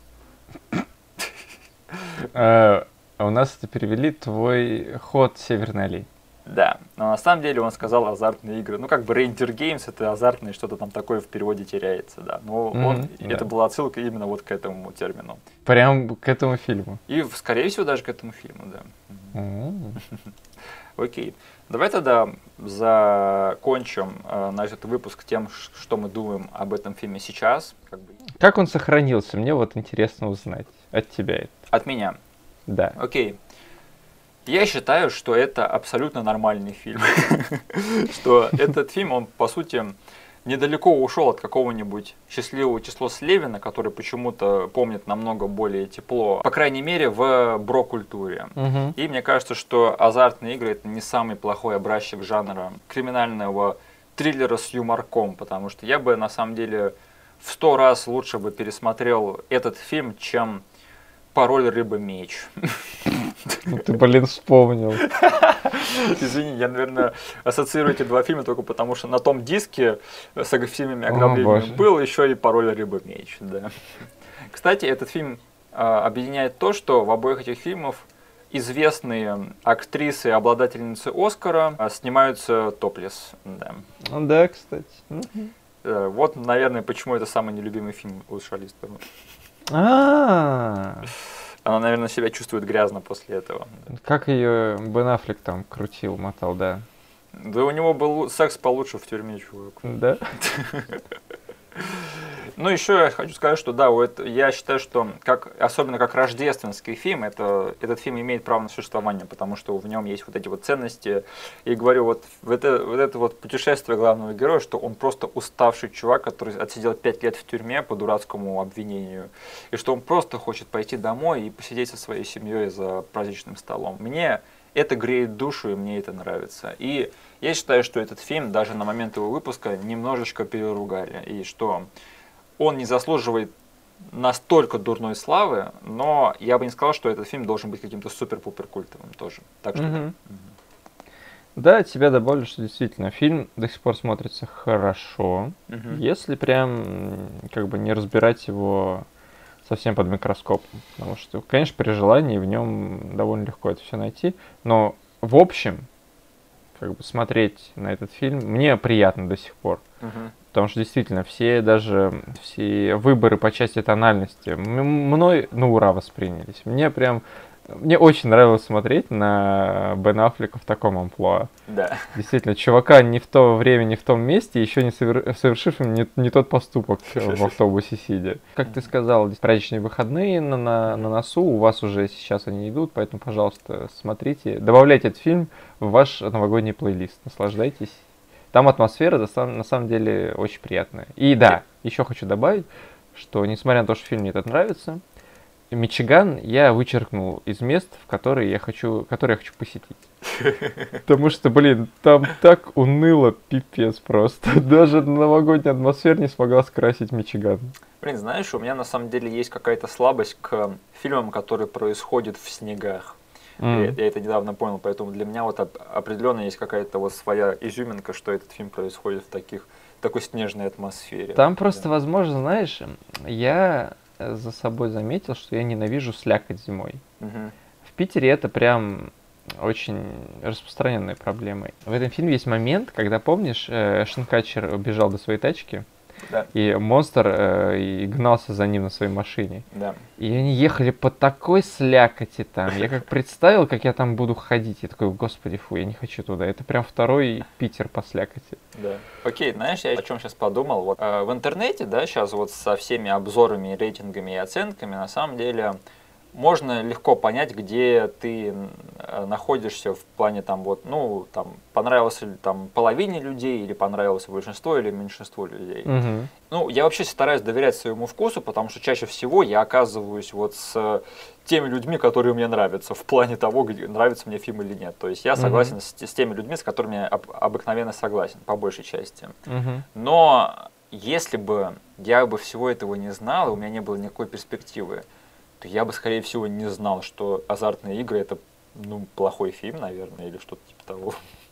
А у нас это перевели «Твой ход, Северный олень». Да, но на самом деле он сказал азартные игры. Ну, как бы Reindeer Games это азартные, что-то там такое в переводе теряется, да. Но mm-hmm, он, да. это была отсылка именно вот к этому термину. Прям к этому фильму. И, скорее всего, даже к этому фильму, да. Mm-hmm. Окей. Давай тогда закончим э, наш этот выпуск тем, что мы думаем об этом фильме сейчас. Как бы. Как он сохранился? Мне вот интересно узнать. От тебя это. От меня? Да. Окей. Я считаю, что это абсолютно нормальный фильм. Что этот фильм, он, по сути, недалеко ушел от какого-нибудь счастливого числа Слевина, который почему-то помнит намного более тепло, по крайней мере, в бро-культуре. Угу. И мне кажется, что азартные игры — это не самый плохой образчик жанра криминального триллера с юморком, потому что я бы, на самом деле, в сто раз лучше бы пересмотрел этот фильм, чем «Пароль рыба-меч». Ты, блин, вспомнил. Извини, я, наверное, ассоциирую эти два фильма только потому, что на том диске с фильмами ограбления был еще и «Пароль рыба-меч». Да. Кстати, этот фильм а, объединяет то, что в обоих этих фильмах известные актрисы, обладательницы Оскара, а, снимаются топлес. Да. Да, кстати. А, вот, наверное, почему это самый нелюбимый фильм у Шарлиз Терон. А. Она, наверное, себя чувствует грязно после этого. Как ее Бен Аффлек там крутил, мотал, да. Да у него был секс получше в тюрьме, чувак. Да? Ну, еще я хочу сказать, что да, это, я считаю, что как, особенно как рождественский фильм, это, этот фильм имеет право на существование, потому что в нем есть вот эти вот ценности. И говорю, вот, в это, вот это вот путешествие главного героя, что он просто уставший чувак, который отсидел пять лет в тюрьме по дурацкому обвинению, и что он просто хочет пойти домой и посидеть со своей семьей за праздничным столом. Мне это греет душу, и мне это нравится. И я считаю, что этот фильм даже на момент его выпуска немножечко переругали, и что он не заслуживает настолько дурной славы, но я бы не сказал, что этот фильм должен быть каким-то супер-пупер культовым тоже. Так что mm-hmm. да, от тебя добавлю, что действительно фильм до сих пор смотрится хорошо, mm-hmm. если прям как бы не разбирать его совсем под микроскопом, потому что, конечно, при желании в нем довольно легко это все найти, но в общем, как бы смотреть на этот фильм мне приятно до сих пор. Uh-huh. Потому что действительно все даже все выборы по части тональности мной на ура воспринялись. Мне прям мне очень нравилось смотреть на Бен Аффлека в таком амплуа. Да. Действительно, чувака не в то время, не в том месте, еще не совер... совершив не, не тот поступок в автобусе сидя. Как ты сказал, праздничные выходные на, на, на носу, у вас уже сейчас они идут, поэтому, пожалуйста, смотрите, добавляйте этот фильм в ваш новогодний плейлист, наслаждайтесь. Там атмосфера на самом деле очень приятная. И да, еще хочу добавить, что несмотря на то, что фильм мне этот нравится, Мичиган я вычеркнул из мест, в которые я хочу, которые я хочу посетить. Потому что, блин, там так уныло, пипец просто. Даже новогодняя атмосфера не смогла скрасить Мичиган. Блин, знаешь, у меня на самом деле есть какая-то слабость к фильмам, которые происходят в снегах. Mm. Я, я это недавно понял, поэтому для меня вот определенно есть какая-то вот своя изюминка, что этот фильм происходит в таких, такой снежной атмосфере. Там просто, да. возможно, знаешь, я за собой заметил, что я ненавижу слякоть зимой. Mm-hmm. В Питере это прям очень распространенная проблема. В этом фильме есть момент, когда, помнишь, Шенкачер убежал до своей тачки, Да. И монстр э, и гнался за ним на своей машине. Да. И они ехали по такой слякоти там. Я как представил, как я там буду ходить. Я такой, господи, фу, я не хочу туда. Это прям второй Питер по слякоти. Да. Окей, знаешь, я о чем сейчас подумал. Вот, э, в интернете, да, сейчас вот со всеми обзорами, рейтингами и оценками, на самом деле, можно легко понять, где ты находишься в плане там вот, ну, там, понравился ли там половине людей, или понравилось большинство, или меньшинство людей. Угу. Ну, я вообще стараюсь доверять своему вкусу, потому что чаще всего я оказываюсь вот с теми людьми, которые мне нравятся, в плане того, где нравится мне фильм или нет. То есть я согласен mm-hmm. с, с теми людьми, с которыми я об, обыкновенно согласен, по большей части. Mm-hmm. Но если бы я бы всего этого не знал, и у меня не было никакой перспективы, то я бы, скорее всего, не знал, что азартные игры — это, ну, плохой фильм, наверное, или что-то типа того.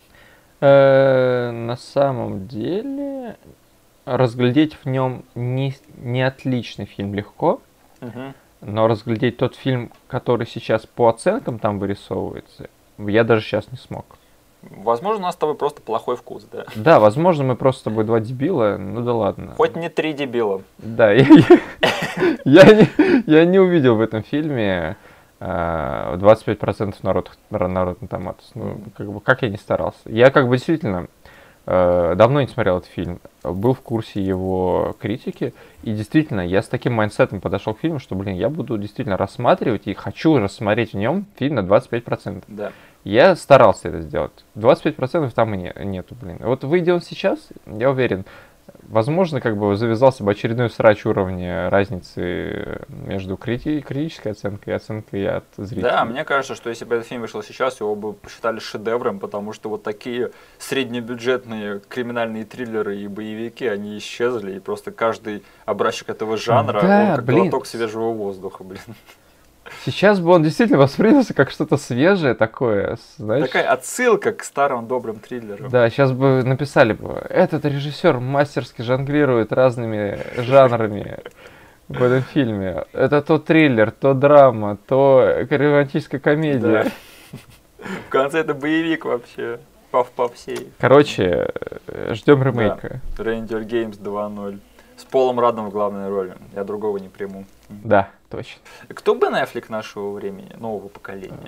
На самом деле, разглядеть в нем не, не отличный фильм легко, угу. но разглядеть тот фильм, который сейчас по оценкам там вырисовывается, я даже сейчас не смог. Возможно, у нас с тобой просто плохой вкус, да? Да, возможно, мы просто с тобой два дебила, ну да ладно. Хоть не три дебила. Да, я, я, я, не, я не увидел в этом фильме э, двадцать пять процентов народ, народ на томатус. Ну, как бы, как я не старался. Я как бы действительно э, давно не смотрел этот фильм, был в курсе его критики, и действительно, я с таким майндсетом подошел к фильму, что, блин, я буду действительно рассматривать и хочу рассмотреть в нем фильм на двадцать пять процентов. Да. Я старался это сделать. двадцать пять процентов там и не, нету, блин. Вот выйдя он сейчас, я уверен, возможно, как бы завязался бы очередной срач уровня разницы между крити- критической оценкой и оценкой от зрителей. Да, мне кажется, что если бы этот фильм вышел сейчас, его бы посчитали шедевром, потому что вот такие среднебюджетные криминальные триллеры и боевики, они исчезли, и просто каждый образчик этого жанра, да, он как блин. глоток свежего воздуха, блин. Сейчас бы он действительно воспринялся как что-то свежее такое, знаешь? Такая отсылка к старым добрым триллерам. Да, сейчас бы написали бы, этот режиссер мастерски жонглирует разными жанрами в этом фильме. Это то триллер, то драма, то романтическая комедия. Да. В конце это боевик вообще, по, по всей. Короче, ждем ремейка. Да. Reindeer Games два ноль. С Полом Раддом в главной роли. Я другого не приму. Да, точно. Кто Бен Аффлек нашего времени, нового поколения?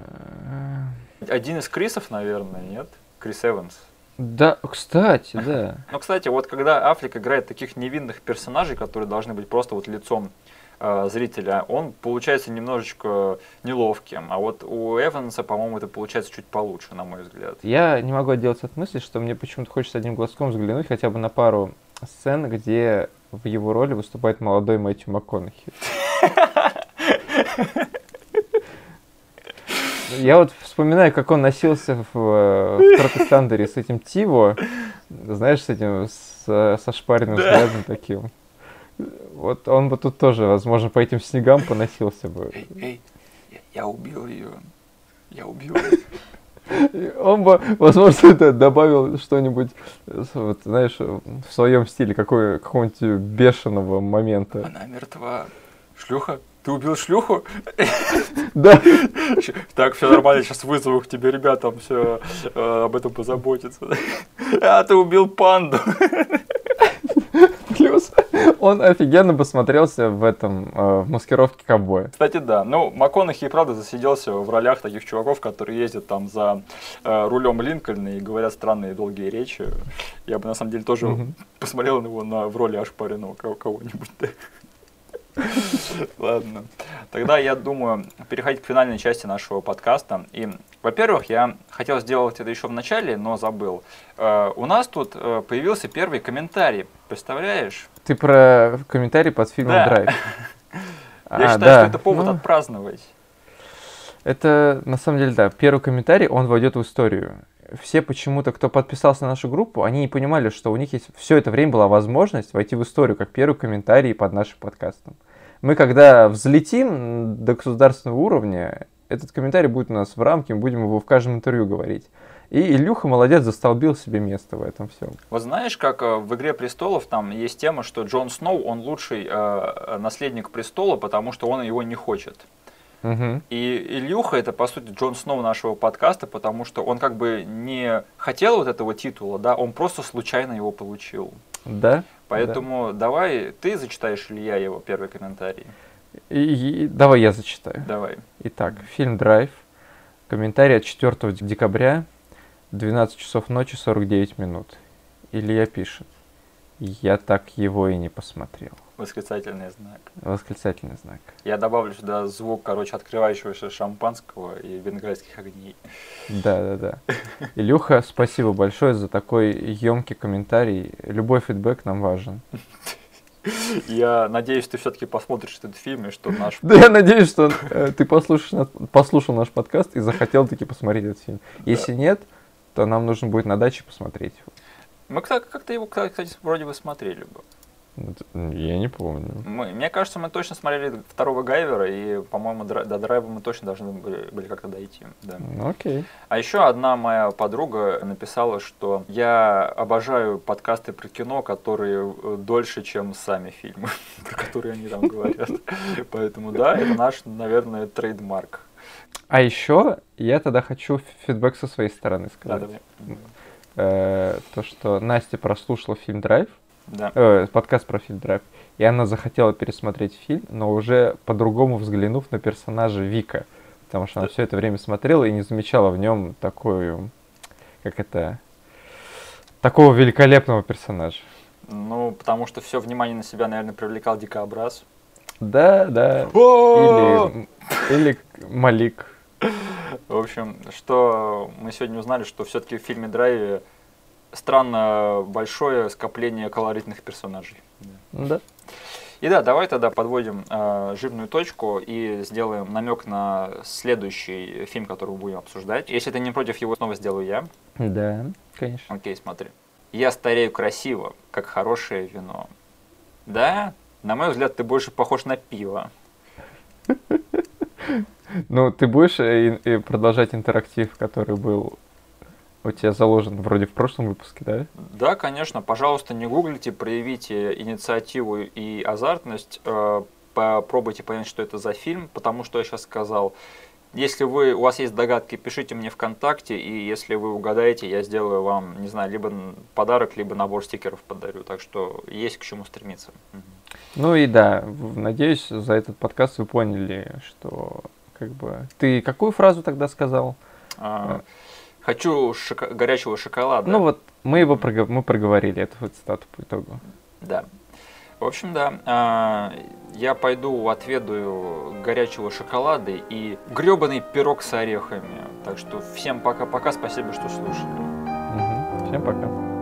Один из Крисов, наверное, нет? Крис Эванс. Да, кстати, да. Ну, кстати, вот когда Аффлек играет таких невинных персонажей, которые должны быть просто вот лицом э, зрителя, он получается немножечко неловким. А вот у Эванса, по-моему, это получается чуть получше, на мой взгляд. Я не могу отделаться от мысли, что мне почему-то хочется одним глазком взглянуть хотя бы на пару сцен, где в его роли выступает молодой Мэтью МакКонахи. Я вот вспоминаю, как он носился в, в Тропик Тандере с этим Тиво, знаешь, с этим, с, со шпаренным взглядом таким. Вот он бы тут тоже, возможно, по этим снегам поносился бы. Эй, эй, я, я убил ее. Я убил ее. Он бы, возможно, это добавил что-нибудь, вот, знаешь, в своем стиле, какой, какого-нибудь бешеного момента. Она мертва. Шлюха? Ты убил шлюху? Да. Так, все нормально, сейчас вызову к тебе ребятам, все э, об этом позаботиться. А, ты убил панду. Плюс он офигенно бы смотрелся в этом, э, в маскировке ковбоя. Кстати, да. Ну, МакКонахи и правда засиделся в ролях таких чуваков, которые ездят там за э, рулем Линкольна и говорят странные долгие речи. Я бы на самом деле тоже mm-hmm. посмотрел на него на, в роли ошпаренного кого-нибудь. Ладно. Тогда я думаю переходить к финальной части нашего подкаста. И, во-первых, я хотел сделать это еще в начале, но забыл. Uh, у нас тут uh, появился первый комментарий. Представляешь? Ты про комментарий под фильмом да. «Драйв». Я а, считаю, да. что это повод ну, отпраздновать. Это, на самом деле, да. Первый комментарий, он войдет в историю. Все почему-то, кто подписался на нашу группу, они не понимали, что у них есть все это время была возможность войти в историю, как первый комментарий под нашим подкастом. Мы, когда взлетим до государственного уровня, этот комментарий будет у нас в рамке, мы будем его в каждом интервью говорить. И Илюха, молодец, застолбил себе место в этом всем. Вот знаешь, как в «Игре престолов» там есть тема, что Джон Сноу, он лучший э, наследник престола, потому что он его не хочет. Угу. И Илюха — это, по сути, Джон Сноу нашего подкаста, потому что он как бы не хотел вот этого титула, да, он просто случайно его получил. Да? Поэтому да. Давай ты зачитаешь или я его первый комментарий? И, и, давай я зачитаю. Давай. Итак, фильм «Драйв». Комментарий от четвёртого декабря, двенадцать часов ночи, сорок девять минут. Илья пишет: я так его и не посмотрел. Восклицательный знак. Восклицательный знак. Я добавлю сюда звук, короче, открывающегося шампанского и бенгальских огней. Да, да, да. Илюха, спасибо большое за такой емкий комментарий. Любой фидбэк нам важен. Я надеюсь, ты все-таки посмотришь этот фильм и что наш... Да, я надеюсь, что э, ты послушаешь, послушал наш подкаст и захотел таки посмотреть этот фильм. Да. Если нет, то нам нужно будет на даче посмотреть его. Мы как-то его, кстати, вроде бы смотрели бы. Я не помню. Мы, мне кажется, мы точно смотрели второго Гайвера, и, по-моему, до драйва мы точно должны были, были как-то дойти. Да. Окей. А еще одна моя подруга написала, что я обожаю подкасты про кино, которые дольше, чем сами фильмы, про которые они там говорят. Поэтому да, это наш, наверное, трейдмарк. А еще я тогда хочу фидбэк со своей стороны сказать. Да, давай. Э, то, что Настя прослушала фильм «Драйв», да. э, подкаст про фильм «Драйв», и она захотела пересмотреть фильм, но уже по-другому взглянув на персонажа Вика, потому что она да. все это время смотрела и не замечала в нем такую, как это, такого великолепного персонажа. Ну, потому что все внимание на себя, наверное, привлекал Дикобраз. Да, да. Или, или Малик. В общем, что мы сегодня узнали, что все-таки в фильме «Драйве» странно большое скопление колоритных персонажей. Да. И да, давай тогда подводим э, жирную точку и сделаем намек на следующий фильм, который мы будем обсуждать. Если ты не против, его снова сделаю я. Да, конечно. Окей, смотри. «Я старею красиво, как хорошее вино». Да? На мой взгляд, ты больше похож на пиво. Ну, ты будешь и, и продолжать интерактив, который был у тебя заложен вроде в прошлом выпуске, да? Да, конечно. Пожалуйста, не гуглите, проявите инициативу и азартность, э, попробуйте понять, что это за фильм, потому что я сейчас сказал. Если вы, у вас есть догадки, пишите мне ВКонтакте, и если вы угадаете, я сделаю вам, не знаю, либо подарок, либо набор стикеров подарю. Так что есть к чему стремиться. Ну и да, надеюсь, за этот подкаст вы поняли, что как бы... Ты какую фразу тогда сказал? А, хочу шоко- горячего шоколада. Ну вот, мы его прог- мы проговорили, эту вот цитату по итогу. Да. В общем, да, а, я пойду отведаю горячего шоколада и гребаный пирог с орехами. Так что всем пока-пока, спасибо, что слушали. Угу. Всем пока.